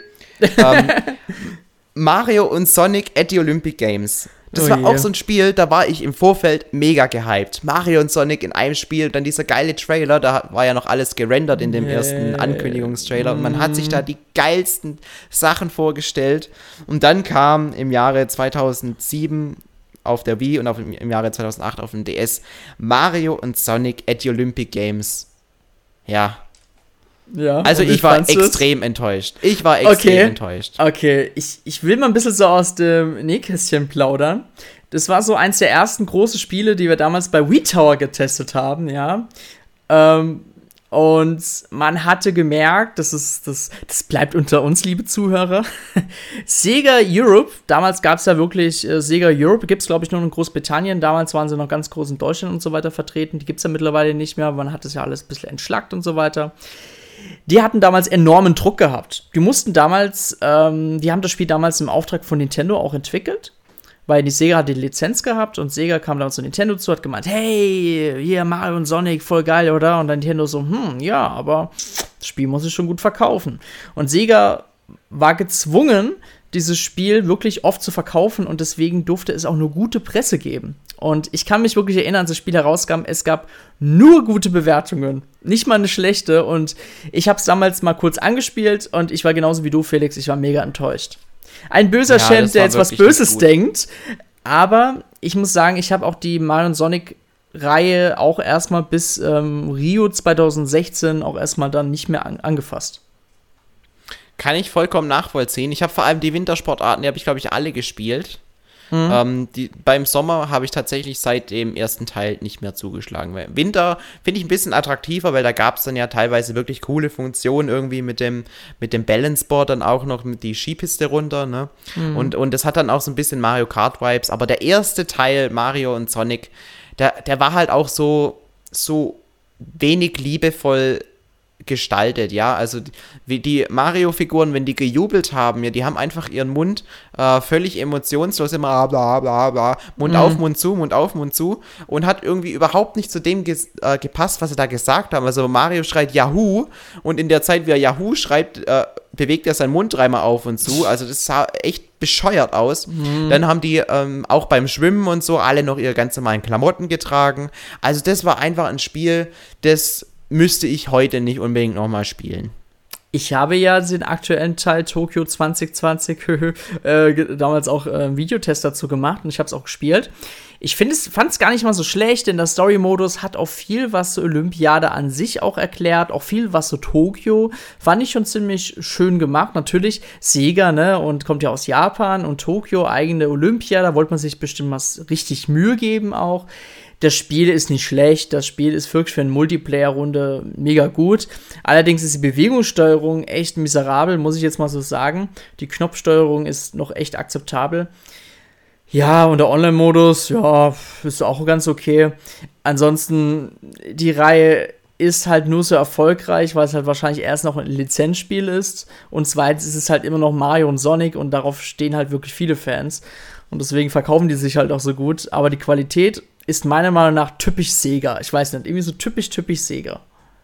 Mario und Sonic at the Olympic Games. Das war auch so ein Spiel, da war ich im Vorfeld mega gehypt. Mario und Sonic in einem Spiel, dann dieser geile Trailer, da war ja noch alles gerendert in dem ersten Ankündigungstrailer und man hat sich da die geilsten Sachen vorgestellt. Und dann kam im Jahre 2007 auf der Wii und im Jahre 2008 auf dem DS Mario und Sonic at the Olympic Games. Ja. Ja, also ich war extrem enttäuscht. Okay, ich will mal ein bisschen so aus dem Nähkästchen plaudern. Das war so eins der ersten großen Spiele, die wir damals bei Wii Tower getestet haben, ja. Und man hatte gemerkt, das bleibt unter uns, liebe Zuhörer. Sega Europe, damals gab es ja wirklich Sega Europe, gibt es glaube ich nur in Großbritannien. Damals waren sie noch ganz groß in Deutschland und so weiter vertreten. Die gibt es ja mittlerweile nicht mehr. Man hat das ja alles ein bisschen entschlackt und so weiter. Die hatten damals enormen Druck gehabt. Die mussten damals, die haben das Spiel damals im Auftrag von Nintendo auch entwickelt. Weil die Sega hat die Lizenz gehabt und Sega kam dann zu Nintendo zu, hat gemeint, hey, hier Mario und Sonic, voll geil, oder? Und dann Nintendo so, ja, aber das Spiel muss ich schon gut verkaufen. Und Sega war gezwungen, dieses Spiel wirklich oft zu verkaufen und deswegen durfte es auch nur gute Presse geben. Und ich kann mich wirklich erinnern, als das Spiel herauskam, es gab nur gute Bewertungen, nicht mal eine schlechte. Und ich habe es damals mal kurz angespielt und ich war genauso wie du, Felix, ich war mega enttäuscht. Ein böser Champ, der jetzt was Böses denkt. Aber ich muss sagen, ich habe auch die Mario und Sonic-Reihe auch erstmal bis Rio 2016 auch erstmal dann nicht mehr angefasst. Kann ich vollkommen nachvollziehen. Ich habe vor allem die Wintersportarten, die habe ich, glaube ich, alle gespielt. Beim Sommer habe ich tatsächlich seit dem ersten Teil nicht mehr zugeschlagen. Weil Winter finde ich ein bisschen attraktiver, weil da gab es dann ja teilweise wirklich coole Funktionen irgendwie mit dem Balanceboard dann auch noch mit die Skipiste runter, ne? Und das hat dann auch so ein bisschen Mario Kart Vibes. Aber der erste Teil, Mario und Sonic, der war halt auch so wenig liebevoll gestaltet, ja, also wie die Mario-Figuren, wenn die gejubelt haben, ja, die haben einfach ihren Mund völlig emotionslos immer bla bla bla, Mund auf, Mund zu und hat irgendwie überhaupt nicht zu dem gepasst, was sie da gesagt haben. Also Mario schreit Yahoo und in der Zeit, wie er Yahoo schreibt, bewegt er seinen Mund dreimal auf und zu, also das sah echt bescheuert aus. Dann haben die auch beim Schwimmen und so alle noch ihre ganz normalen Klamotten getragen, also das war einfach ein Spiel, das müsste ich heute nicht unbedingt nochmal spielen. Ich habe ja den aktuellen Teil Tokyo 2020 damals auch einen Videotest dazu gemacht und ich habe es auch gespielt. Ich fand es gar nicht mal so schlecht, denn der Story-Modus hat auch viel, was zur Olympiade an sich auch erklärt, auch viel, was zu Tokio, fand ich schon ziemlich schön gemacht. Natürlich Sega, ne, und kommt ja aus Japan und Tokio, eigene Olympia, da wollte man sich bestimmt was richtig Mühe geben auch. Das Spiel ist nicht schlecht, das Spiel ist wirklich für eine Multiplayer-Runde mega gut. Allerdings ist die Bewegungssteuerung echt miserabel, muss ich jetzt mal so sagen. Die Knopfsteuerung ist noch echt akzeptabel. Ja, und der Online-Modus, ja, ist auch ganz okay. Ansonsten, die Reihe ist halt nur so erfolgreich, weil es halt wahrscheinlich erst noch ein Lizenzspiel ist. Und zweitens ist es halt immer noch Mario und Sonic und darauf stehen halt wirklich viele Fans. Und deswegen verkaufen die sich halt auch so gut. Aber die Qualität ist meiner Meinung nach typisch Sega. Ich weiß nicht, irgendwie so typisch Sega.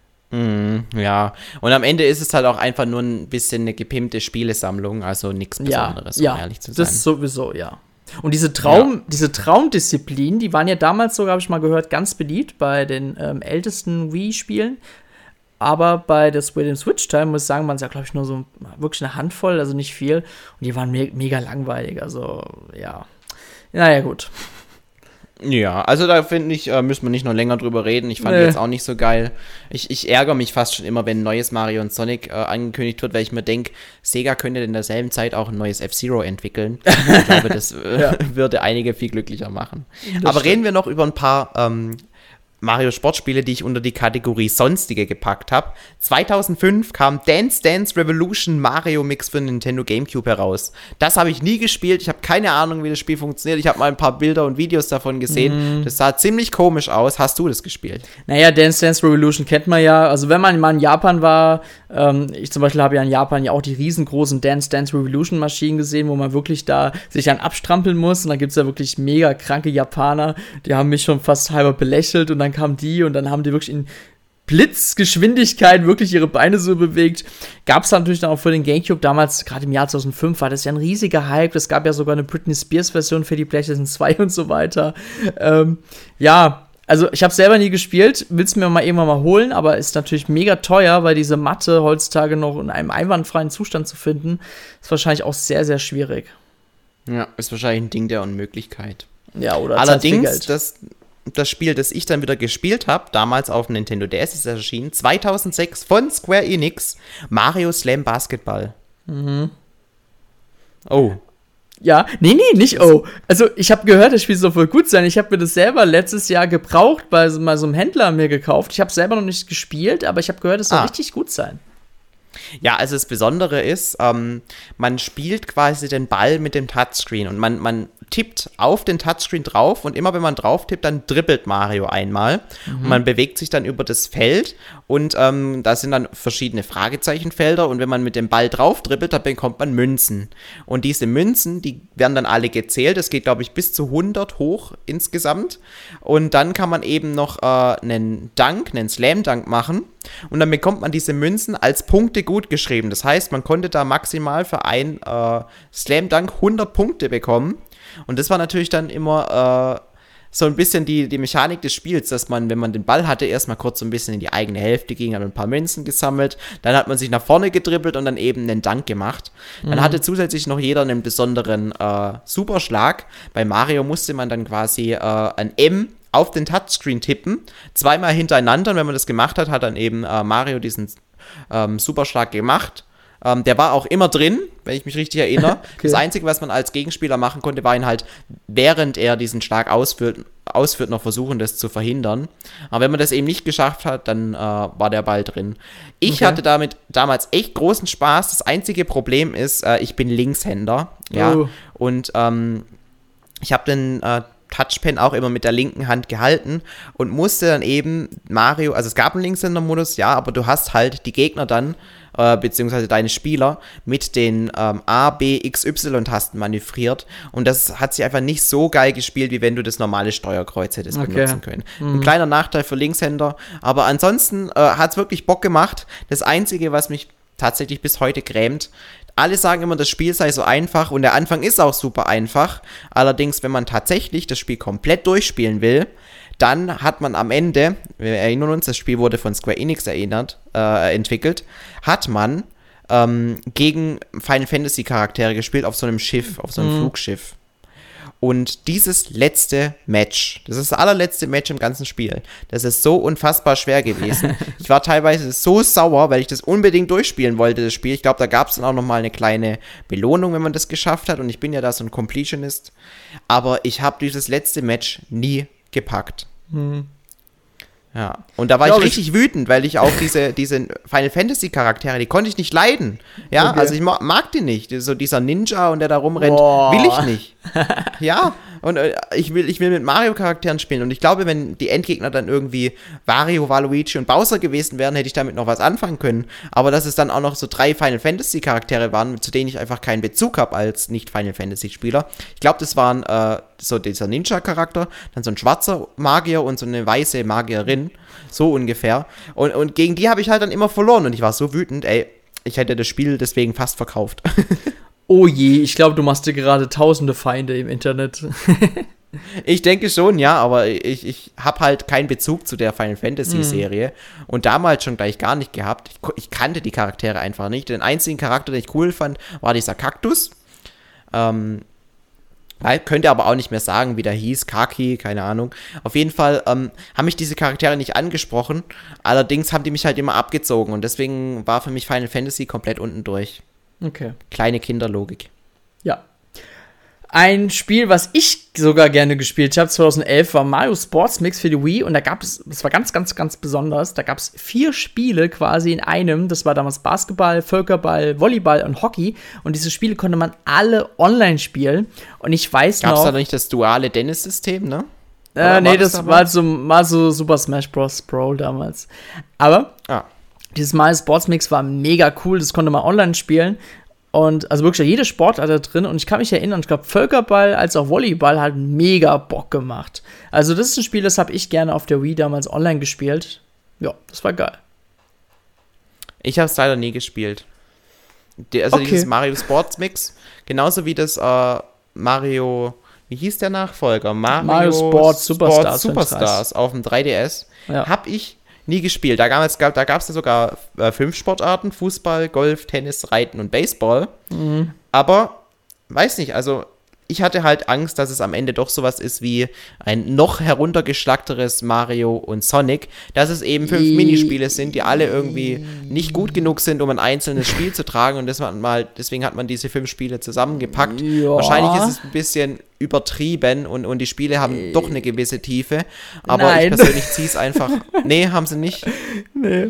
Ja, und am Ende ist es halt auch einfach nur ein bisschen eine gepimpte Spielesammlung, also nichts Besonderes, um ehrlich zu sein. Das sowieso, ja. Und diese Traumdisziplinen, die waren ja damals sogar, habe ich mal gehört, ganz beliebt bei den ältesten Wii-Spielen. Aber bei dem Switch-Teil, muss ich sagen, waren es ja, glaube ich, nur so wirklich eine Handvoll, also nicht viel. Und die waren mega langweilig, also ja. Naja, gut. Ja, also da finde ich, müssen wir nicht noch länger drüber reden. Ich fand die jetzt auch nicht so geil. Ich ärgere mich fast schon immer, wenn ein neues Mario und Sonic angekündigt wird, weil ich mir denke, Sega könnte in derselben Zeit auch ein neues F-Zero entwickeln. Ich glaube, das würde einige viel glücklicher machen. Aber reden wir noch über ein paar Mario-Sportspiele, die ich unter die Kategorie Sonstige gepackt habe. 2005 kam Dance Dance Revolution Mario Mix für Nintendo GameCube heraus. Das habe ich nie gespielt. Ich habe keine Ahnung, wie das Spiel funktioniert. Ich habe mal ein paar Bilder und Videos davon gesehen. Das sah ziemlich komisch aus. Hast du das gespielt? Naja, Dance Dance Revolution kennt man ja. Also wenn man mal in Japan war, ich zum Beispiel habe ja in Japan ja auch die riesengroßen Dance Dance Revolution Maschinen gesehen, wo man wirklich da sich dann abstrampeln muss. Und da gibt es ja wirklich mega kranke Japaner. Die haben mich schon fast halber belächelt und dann kamen die und dann haben die wirklich in Blitzgeschwindigkeit wirklich ihre Beine so bewegt. Gab es natürlich dann auch für den GameCube damals, gerade im Jahr 2005, war das ja ein riesiger Hype. Es gab ja sogar eine Britney Spears Version für die PlayStation 2 und so weiter. Ja, also ich habe es selber nie gespielt, will es mir mal irgendwann mal holen, aber ist natürlich mega teuer, weil diese Matte heutzutage noch in einem einwandfreien Zustand zu finden, ist wahrscheinlich auch sehr, sehr schwierig. Ja, ist wahrscheinlich ein Ding der Unmöglichkeit. Ja, oder allerdings, das Spiel, das ich dann wieder gespielt habe, damals auf dem Nintendo DS ist erschienen, 2006 von Square Enix, Mario Slam Basketball. Oh, Ja, nee, nicht Also, ich habe gehört, das Spiel soll voll gut sein. Ich habe mir das selber letztes Jahr gebraucht bei mal so einem Händler mir gekauft. Ich habe selber noch nicht gespielt, aber ich habe gehört, es soll richtig gut sein. Ja, also das Besondere ist, man spielt quasi den Ball mit dem Touchscreen und man tippt auf den Touchscreen drauf und immer wenn man drauf tippt, dann dribbelt Mario einmal und man bewegt sich dann über das Feld und da sind dann verschiedene Fragezeichenfelder und wenn man mit dem Ball drauf dribbelt, dann bekommt man Münzen und diese Münzen, die werden dann alle gezählt, es geht glaube ich bis zu 100 hoch insgesamt und dann kann man eben noch einen Slam Dunk machen und dann bekommt man diese Münzen als Punkte gut geschrieben, das heißt, man konnte da maximal für ein Slam Dunk 100 Punkte bekommen. Und das war natürlich dann immer so ein bisschen die Mechanik des Spiels, dass man, wenn man den Ball hatte, erstmal kurz so ein bisschen in die eigene Hälfte ging, hat ein paar Münzen gesammelt, dann hat man sich nach vorne gedribbelt und dann eben einen Dunk gemacht. Dann hatte zusätzlich noch jeder einen besonderen Superschlag. Bei Mario musste man dann quasi ein M auf den Touchscreen tippen, zweimal hintereinander und wenn man das gemacht hat, hat dann eben Mario diesen Superschlag gemacht. Der war auch immer drin, wenn ich mich richtig erinnere. Okay. Das Einzige, was man als Gegenspieler machen konnte, war ihn halt, während er diesen Schlag ausführt, noch versuchen, das zu verhindern. Aber wenn man das eben nicht geschafft hat, dann war der Ball drin. Ich hatte damit damals echt großen Spaß. Das einzige Problem ist, ich bin Linkshänder. Ja, und ich habe den Touchpen auch immer mit der linken Hand gehalten und musste dann eben Mario, also es gab einen Linkshänder-Modus, ja, aber du hast halt die Gegner dann beziehungsweise deine Spieler mit den A, B, X, Y-Tasten manövriert und das hat sich einfach nicht so geil gespielt, wie wenn du das normale Steuerkreuz hättest benutzen können. Ein kleiner Nachteil für Linkshänder, aber ansonsten hat es wirklich Bock gemacht. Das Einzige, was mich tatsächlich bis heute grämt, alle sagen immer, das Spiel sei so einfach und der Anfang ist auch super einfach, allerdings, wenn man tatsächlich das Spiel komplett durchspielen will, dann hat man am Ende, wir erinnern uns, das Spiel wurde von Square Enix entwickelt, hat man gegen Final Fantasy Charaktere gespielt auf so einem Schiff, auf so einem Flugschiff. Und dieses letzte Match, das ist das allerletzte Match im ganzen Spiel, das ist so unfassbar schwer gewesen. Ich war teilweise so sauer, weil ich das unbedingt durchspielen wollte, das Spiel. Ich glaube, da gab es dann auch nochmal eine kleine Belohnung, wenn man das geschafft hat. Und ich bin ja da so ein Completionist. Aber ich habe dieses letzte Match nie gepackt. Ja, und da war ich richtig wütend, weil ich auch diese Final Fantasy Charaktere, die konnte ich nicht leiden. Ja, also ich mag die nicht. So dieser Ninja und der da rumrennt, will ich nicht. Ja, und ich will mit Mario-Charakteren spielen. Und ich glaube, wenn die Endgegner dann irgendwie Wario, Waluigi und Bowser gewesen wären, hätte ich damit noch was anfangen können. Aber dass es dann auch noch so 3 Final Fantasy-Charaktere waren, zu denen ich einfach keinen Bezug habe als Nicht-Final Fantasy-Spieler. Ich glaube, das waren so dieser Ninja-Charakter, dann so ein schwarzer Magier und so eine weiße Magierin. So ungefähr. Und gegen die habe ich halt dann immer verloren. Und ich war so wütend, ich hätte das Spiel deswegen fast verkauft. Oh je, ich glaube, du machst dir gerade tausende Feinde im Internet. Ich denke schon, ja, aber ich habe halt keinen Bezug zu der Final Fantasy Serie und damals schon gleich gar nicht gehabt. Ich kannte die Charaktere einfach nicht. Den einzigen Charakter, den ich cool fand, war dieser Kaktus. Könnte aber auch nicht mehr sagen, wie der hieß, Kaki, keine Ahnung. Auf jeden Fall haben mich diese Charaktere nicht angesprochen, allerdings haben die mich halt immer abgezogen und deswegen war für mich Final Fantasy komplett unten durch. Okay. Kleine Kinderlogik. Ja. Ein Spiel, was ich sogar gerne gespielt habe, 2011, war Mario Sports Mix für die Wii. Und da gab es, das war ganz, ganz, ganz besonders, da gab es 4 Spiele quasi in einem. Das war damals Basketball, Völkerball, Volleyball und Hockey. Und diese Spiele konnte man alle online spielen. Und ich weiß Gab's da nicht das duale Dennis-System, ne? Nee, das war so Super Smash Bros. Brawl damals. Aber dieses Mario Sports Mix war mega cool. Das konnte man online spielen. Und also wirklich jede Sportart da drin. Und ich kann mich erinnern, ich glaube, Völkerball als auch Volleyball hat mega Bock gemacht. Also das ist ein Spiel, das habe ich gerne auf der Wii damals online gespielt. Ja, das war geil. Ich habe es leider nie gespielt. Dieses Mario Sports Mix, genauso wie das Mario, wie hieß der Nachfolger? Mario Sports Superstars auf dem 3DS. Ja. Habe ich nie gespielt. Da gab es ja sogar 5 Sportarten: Fußball, Golf, Tennis, Reiten und Baseball. Aber, weiß nicht, also ich hatte halt Angst, dass es am Ende doch sowas ist wie ein noch heruntergeschlackteres Mario und Sonic, dass es eben 5 Minispiele sind, die alle irgendwie nicht gut genug sind, um ein einzelnes Spiel zu tragen und deswegen hat man diese 5 Spiele zusammengepackt. Ja. Wahrscheinlich ist es ein bisschen übertrieben und die Spiele haben doch eine gewisse Tiefe, aber ich persönlich ziehe es einfach. Nee, haben sie nicht. Nee.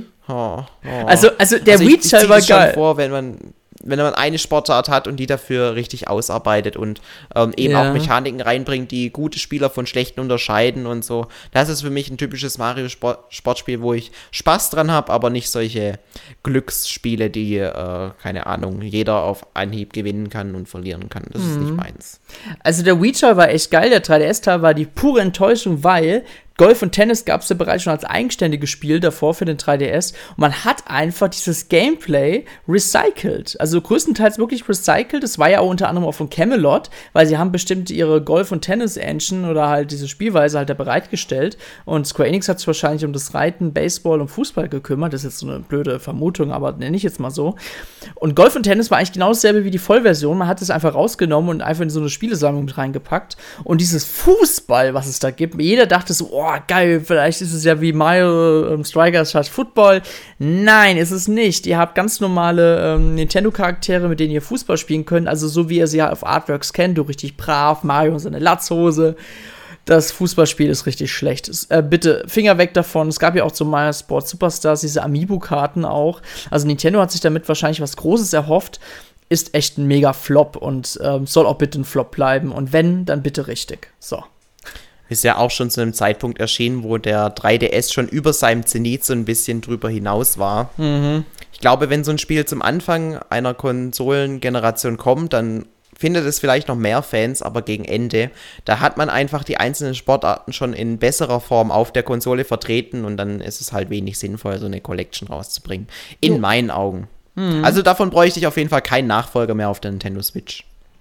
Also der Wii-Teil war geil. Vor, wenn man eine Sportart hat und die dafür richtig ausarbeitet und eben auch Mechaniken reinbringt, die gute Spieler von schlechten unterscheiden und so. Das ist für mich ein typisches Mario-Sportspiel, wo ich Spaß dran habe, aber nicht solche Glücksspiele, die, keine Ahnung, jeder auf Anhieb gewinnen kann und verlieren kann. Das ist nicht meins. Also der Wii-Teil war echt geil, der 3DS-Teil war die pure Enttäuschung, weil Golf und Tennis gab es ja bereits schon als eigenständiges Spiel davor für den 3DS und man hat einfach dieses Gameplay recycelt, also größtenteils wirklich recycelt. Das war ja auch unter anderem auch von Camelot, weil sie haben bestimmt ihre Golf- und Tennis-Engine oder halt diese Spielweise halt da bereitgestellt und Square Enix hat sich wahrscheinlich um das Reiten, Baseball und Fußball gekümmert. Das ist jetzt so eine blöde Vermutung, aber nenne ich jetzt mal so. Und Golf und Tennis war eigentlich genau dasselbe wie die Vollversion. Man hat es einfach rausgenommen und einfach in so eine Spielesammlung mit reingepackt und dieses Fußball, was es da gibt, jeder dachte so, oh, geil, vielleicht ist es ja wie Mario Strikers statt Football. Nein, ist es nicht. Ihr habt ganz normale Nintendo-Charaktere, mit denen ihr Fußball spielen könnt, also so wie ihr sie auf Artworks kennt, du richtig brav, Mario und seine Latzhose. Das Fußballspiel ist richtig schlecht. Bitte, Finger weg davon. Es gab ja auch zu Mario Sports Superstars diese Amiibo-Karten auch. Also Nintendo hat sich damit wahrscheinlich was Großes erhofft. Ist echt ein mega Flop und soll auch bitte ein Flop bleiben. Und wenn, dann bitte richtig. So. Ist ja auch schon zu einem Zeitpunkt erschienen, wo der 3DS schon über seinem Zenit so ein bisschen drüber hinaus war. Ich glaube, wenn so ein Spiel zum Anfang einer Konsolengeneration kommt, dann findet es vielleicht noch mehr Fans, aber gegen Ende, da hat man einfach die einzelnen Sportarten schon in besserer Form auf der Konsole vertreten und dann ist es halt wenig sinnvoll, so eine Collection rauszubringen. In meinen Augen. Also davon bräuchte ich auf jeden Fall keinen Nachfolger mehr auf der Nintendo Switch.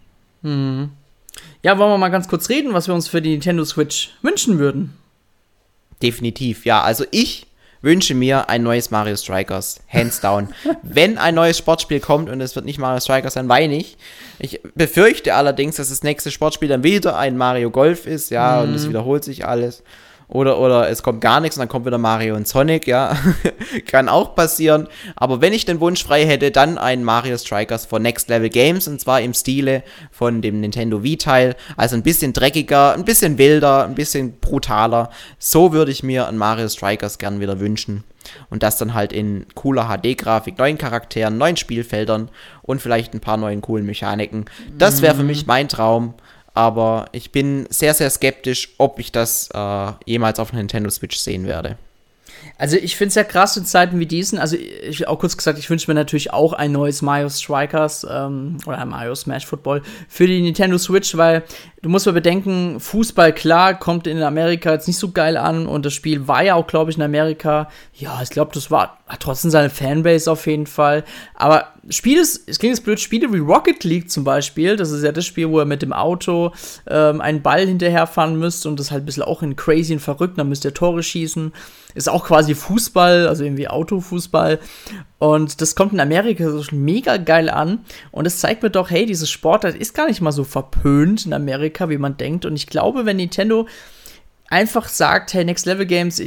Ja, wollen wir mal ganz kurz reden, was wir uns für die Nintendo Switch wünschen würden? Definitiv, ja. Also ich wünsche mir ein neues Mario Strikers, hands down. Wenn ein neues Sportspiel kommt und es wird nicht Mario Strikers, dann weine ich. Ich befürchte allerdings, dass das nächste Sportspiel dann wieder ein Mario Golf ist, ja, und es wiederholt sich alles. Oder es kommt gar nichts und dann kommt wieder Mario und Sonic, ja. Kann auch passieren. Aber wenn ich den Wunsch frei hätte, dann ein Mario Strikers von Next Level Games und zwar im Stile von dem Nintendo Wii-Teil. Also ein bisschen dreckiger, ein bisschen wilder, ein bisschen brutaler. So würde ich mir ein Mario Strikers gern wieder wünschen. Und das dann halt in cooler HD-Grafik, neuen Charakteren, neuen Spielfeldern und vielleicht ein paar neuen coolen Mechaniken. Das wäre für mich mein Traum. Aber ich bin sehr, sehr skeptisch, ob ich das jemals auf Nintendo Switch sehen werde. Also ich finde es ja krass in Zeiten wie diesen, also ich auch kurz gesagt, ich wünsche mir natürlich auch ein neues Mario Strikers oder ein Mario Smash Football für die Nintendo Switch, weil du musst mal bedenken, Fußball, klar, kommt in Amerika jetzt nicht so geil an und das Spiel war ja auch, glaube ich, in Amerika, ja, ich glaube, hat trotzdem seine Fanbase auf jeden Fall, aber es klingt jetzt blöd, Spiele wie Rocket League zum Beispiel, das ist ja das Spiel, wo ihr mit dem Auto einen Ball hinterherfahren müsst und das halt ein bisschen auch in crazy und verrückt, dann müsst ihr Tore schießen, ist auch quasi Fußball, also irgendwie Autofußball und das kommt in Amerika so mega geil an und es zeigt mir doch, hey, diese Sportart ist gar nicht mal so verpönt in Amerika, wie man denkt und ich glaube, wenn Nintendo einfach sagt, hey, Next Level Games,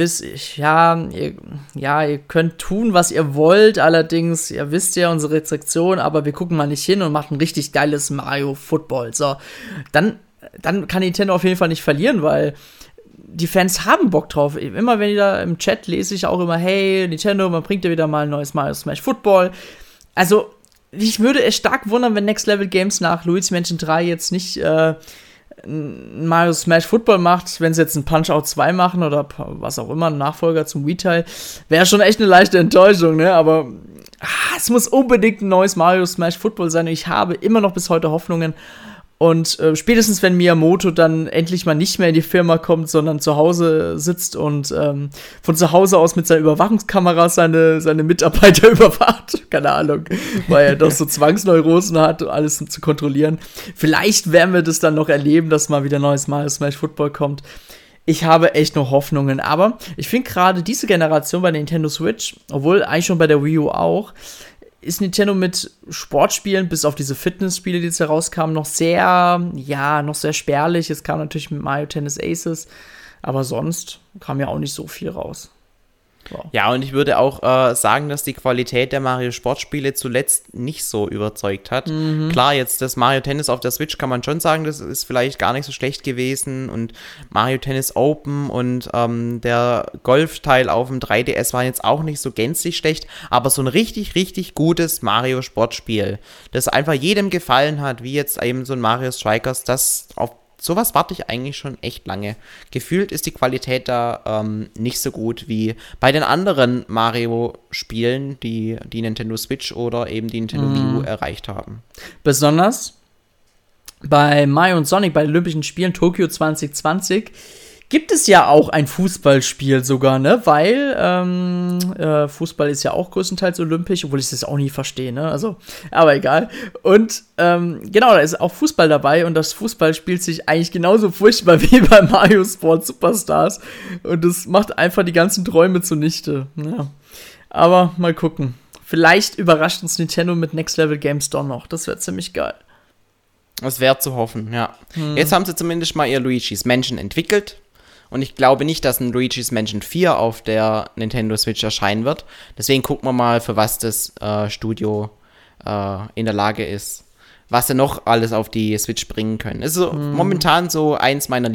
ihr könnt tun, was ihr wollt, allerdings, ihr wisst ja unsere Restriktion, aber wir gucken mal nicht hin und machen ein richtig geiles Mario Football, so, dann kann Nintendo auf jeden Fall nicht verlieren, weil die Fans haben Bock drauf. Immer wenn ich da im Chat lese ich auch immer, hey, Nintendo, man bringt ja wieder mal ein neues Mario Smash Football. Also, ich würde es stark wundern, wenn Next Level Games nach Luigi's Mansion 3 jetzt nicht Mario Smash Football macht, wenn sie jetzt ein Punch-Out 2 machen oder was auch immer, ein Nachfolger zum Wii-Teil, wäre schon echt eine leichte Enttäuschung, ne? Aber es muss unbedingt ein neues Mario Smash Football sein. Ich habe immer noch bis heute Hoffnungen. Und spätestens, wenn Miyamoto dann endlich mal nicht mehr in die Firma kommt, sondern zu Hause sitzt und von zu Hause aus mit seiner Überwachungskamera seine Mitarbeiter überwacht, keine Ahnung, weil er doch so Zwangsneurosen hat, alles zu kontrollieren. Vielleicht werden wir das dann noch erleben, dass mal wieder neues Mario Smash Football kommt. Ich habe echt noch Hoffnungen, aber ich finde gerade diese Generation bei der Nintendo Switch, obwohl eigentlich schon bei der Wii U auch, ist Nintendo mit Sportspielen, bis auf diese Fitnessspiele, die jetzt herauskamen, noch sehr spärlich. Es kam natürlich mit Mario Tennis Aces, aber sonst kam ja auch nicht so viel raus. Wow. Ja, und ich würde auch sagen, dass die Qualität der Mario-Sportspiele zuletzt nicht so überzeugt hat. Klar, jetzt das Mario Tennis auf der Switch kann man schon sagen, das ist vielleicht gar nicht so schlecht gewesen. Und Mario Tennis Open und der Golf-Teil auf dem 3DS waren jetzt auch nicht so gänzlich schlecht. Aber so ein richtig, richtig gutes Mario-Sportspiel, das einfach jedem gefallen hat, wie jetzt eben so ein Mario Strikers, das auf sowas warte ich eigentlich schon echt lange. Gefühlt ist die Qualität da nicht so gut wie bei den anderen Mario-Spielen, die Nintendo Switch oder eben die Nintendo Wii U erreicht haben. Besonders bei Mario und Sonic, bei den Olympischen Spielen Tokio 2020, gibt es ja auch ein Fußballspiel sogar, ne? Weil Fußball ist ja auch größtenteils olympisch, obwohl ich das auch nie verstehe, ne? Also, aber egal. Und genau, da ist auch Fußball dabei und das Fußball spielt sich eigentlich genauso furchtbar wie bei Mario Sports Superstars. Und das macht einfach die ganzen Träume zunichte. Ja. Aber mal gucken. Vielleicht überrascht uns Nintendo mit Next Level Games doch noch. Das wäre ziemlich geil. Das wäre zu hoffen, ja. Jetzt haben sie zumindest mal ihr Luigi's Mansion entwickelt. Und ich glaube nicht, dass ein Luigi's Mansion 4 auf der Nintendo Switch erscheinen wird. Deswegen gucken wir mal, für was das Studio in der Lage ist. Was sie noch alles auf die Switch bringen können. Es ist momentan so eins meiner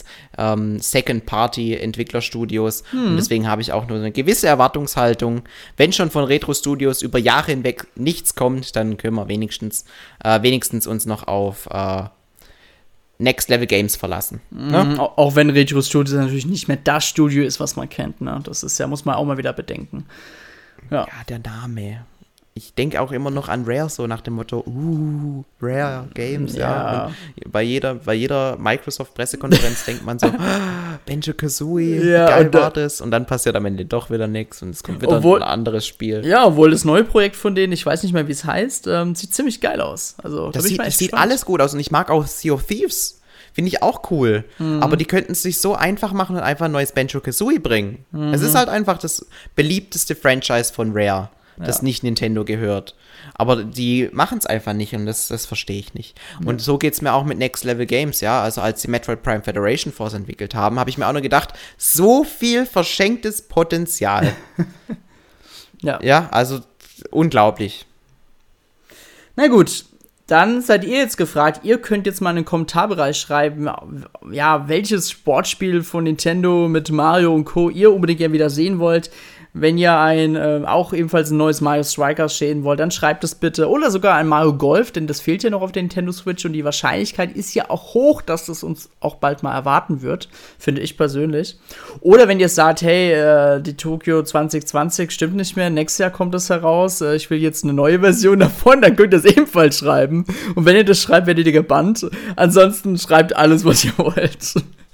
Lieblings-Second-Party-Entwicklerstudios. Und deswegen habe ich auch nur eine gewisse Erwartungshaltung. Wenn schon von Retro-Studios über Jahre hinweg nichts kommt, dann können wir wenigstens uns noch auf Next Level Games verlassen. Ne? Auch wenn Retro Studios natürlich nicht mehr das Studio ist, was man kennt. Ne? Das ist ja, muss man auch mal wieder bedenken. Ja, der Name. Ich denke auch immer noch an Rare, so nach dem Motto, Rare Games, ja. Bei jeder Microsoft-Pressekonferenz denkt man so, Banjo-Kazooie, geil war das. Und dann passiert am Ende doch wieder nichts und es kommt wieder ein anderes Spiel. Ja, obwohl das neue Projekt von denen, ich weiß nicht mehr, wie es heißt, sieht ziemlich geil aus. Also, das sieht alles gut aus und ich mag auch Sea of Thieves. Finde ich auch cool. Aber die könnten es sich so einfach machen und einfach ein neues Banjo-Kazooie bringen. Es ist halt einfach das beliebteste Franchise von Rare, das nicht Nintendo gehört. Aber die machen es einfach nicht und das verstehe ich nicht. Und so geht es mir auch mit Next Level Games, ja. Also als die Metroid Prime Federation Force entwickelt haben, habe ich mir auch nur gedacht, so viel verschenktes Potenzial. Ja, also unglaublich. Na gut, dann seid ihr jetzt gefragt, ihr könnt jetzt mal in den Kommentarbereich schreiben, ja, welches Sportspiel von Nintendo mit Mario und Co. ihr unbedingt gerne wieder sehen wollt. Wenn ihr auch ebenfalls ein neues Mario Strikers sehen wollt, dann schreibt es bitte. Oder sogar ein Mario Golf, denn das fehlt ja noch auf der Nintendo Switch und die Wahrscheinlichkeit ist ja auch hoch, dass das uns auch bald mal erwarten wird, finde ich persönlich. Oder wenn ihr sagt, hey, die Tokio 2020 stimmt nicht mehr, nächstes Jahr kommt das heraus, ich will jetzt eine neue Version davon, dann könnt ihr es ebenfalls schreiben. Und wenn ihr das schreibt, werdet ihr gebannt. Ansonsten schreibt alles, was ihr wollt.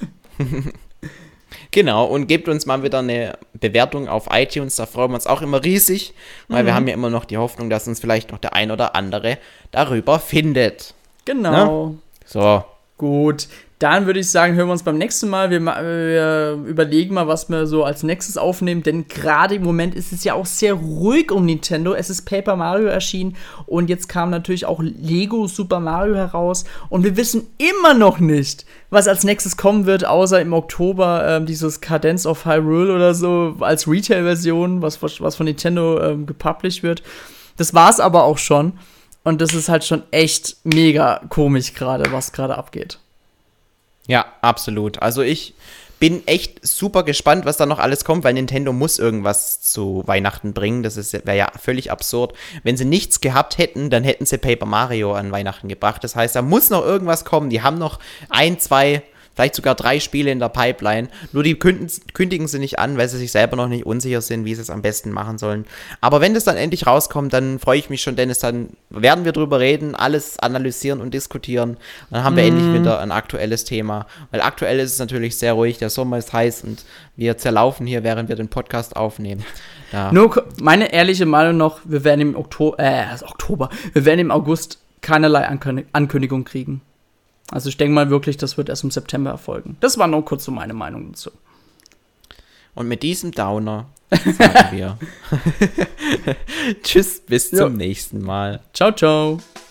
Genau, und gebt uns mal wieder eine Bewertung auf iTunes, da freuen wir uns auch immer riesig, weil wir haben ja immer noch die Hoffnung, dass uns vielleicht noch der ein oder andere darüber findet. Genau. Ne? So. Gut, dann würde ich sagen, hören wir uns beim nächsten Mal. Wir überlegen mal, was wir so als nächstes aufnehmen, denn gerade im Moment ist es ja auch sehr ruhig um Nintendo. Es ist Paper Mario erschienen und jetzt kam natürlich auch Lego Super Mario heraus und wir wissen immer noch nicht, was als nächstes kommen wird, außer im Oktober dieses Cadence of Hyrule oder so als Retail-Version, was von Nintendo gepublished wird. Das war's aber auch schon. Und das ist halt schon echt mega komisch gerade, was gerade abgeht. Ja, absolut. Also ich bin echt super gespannt, was da noch alles kommt, weil Nintendo muss irgendwas zu Weihnachten bringen. Das wäre ja völlig absurd. Wenn sie nichts gehabt hätten, dann hätten sie Paper Mario an Weihnachten gebracht. Das heißt, da muss noch irgendwas kommen. Die haben noch 1, 2, vielleicht sogar 3 Spiele in der Pipeline. Nur die kündigen sie nicht an, weil sie sich selber noch nicht unsicher sind, wie sie es am besten machen sollen. Aber wenn das dann endlich rauskommt, dann freue ich mich schon, Dennis. Dann werden wir drüber reden, alles analysieren und diskutieren. Und dann haben wir endlich wieder ein aktuelles Thema. Weil aktuell ist es natürlich sehr ruhig, der Sommer ist heiß und wir zerlaufen hier, während wir den Podcast aufnehmen. Ja. Nur meine ehrliche Meinung noch, wir werden im wir werden im August keinerlei Ankündigung kriegen. Also ich denke mal wirklich, das wird erst im September erfolgen. Das war nur kurz so meine Meinung dazu. Und mit diesem Downer sagen wir. Tschüss, bis zum nächsten Mal. Ciao, ciao.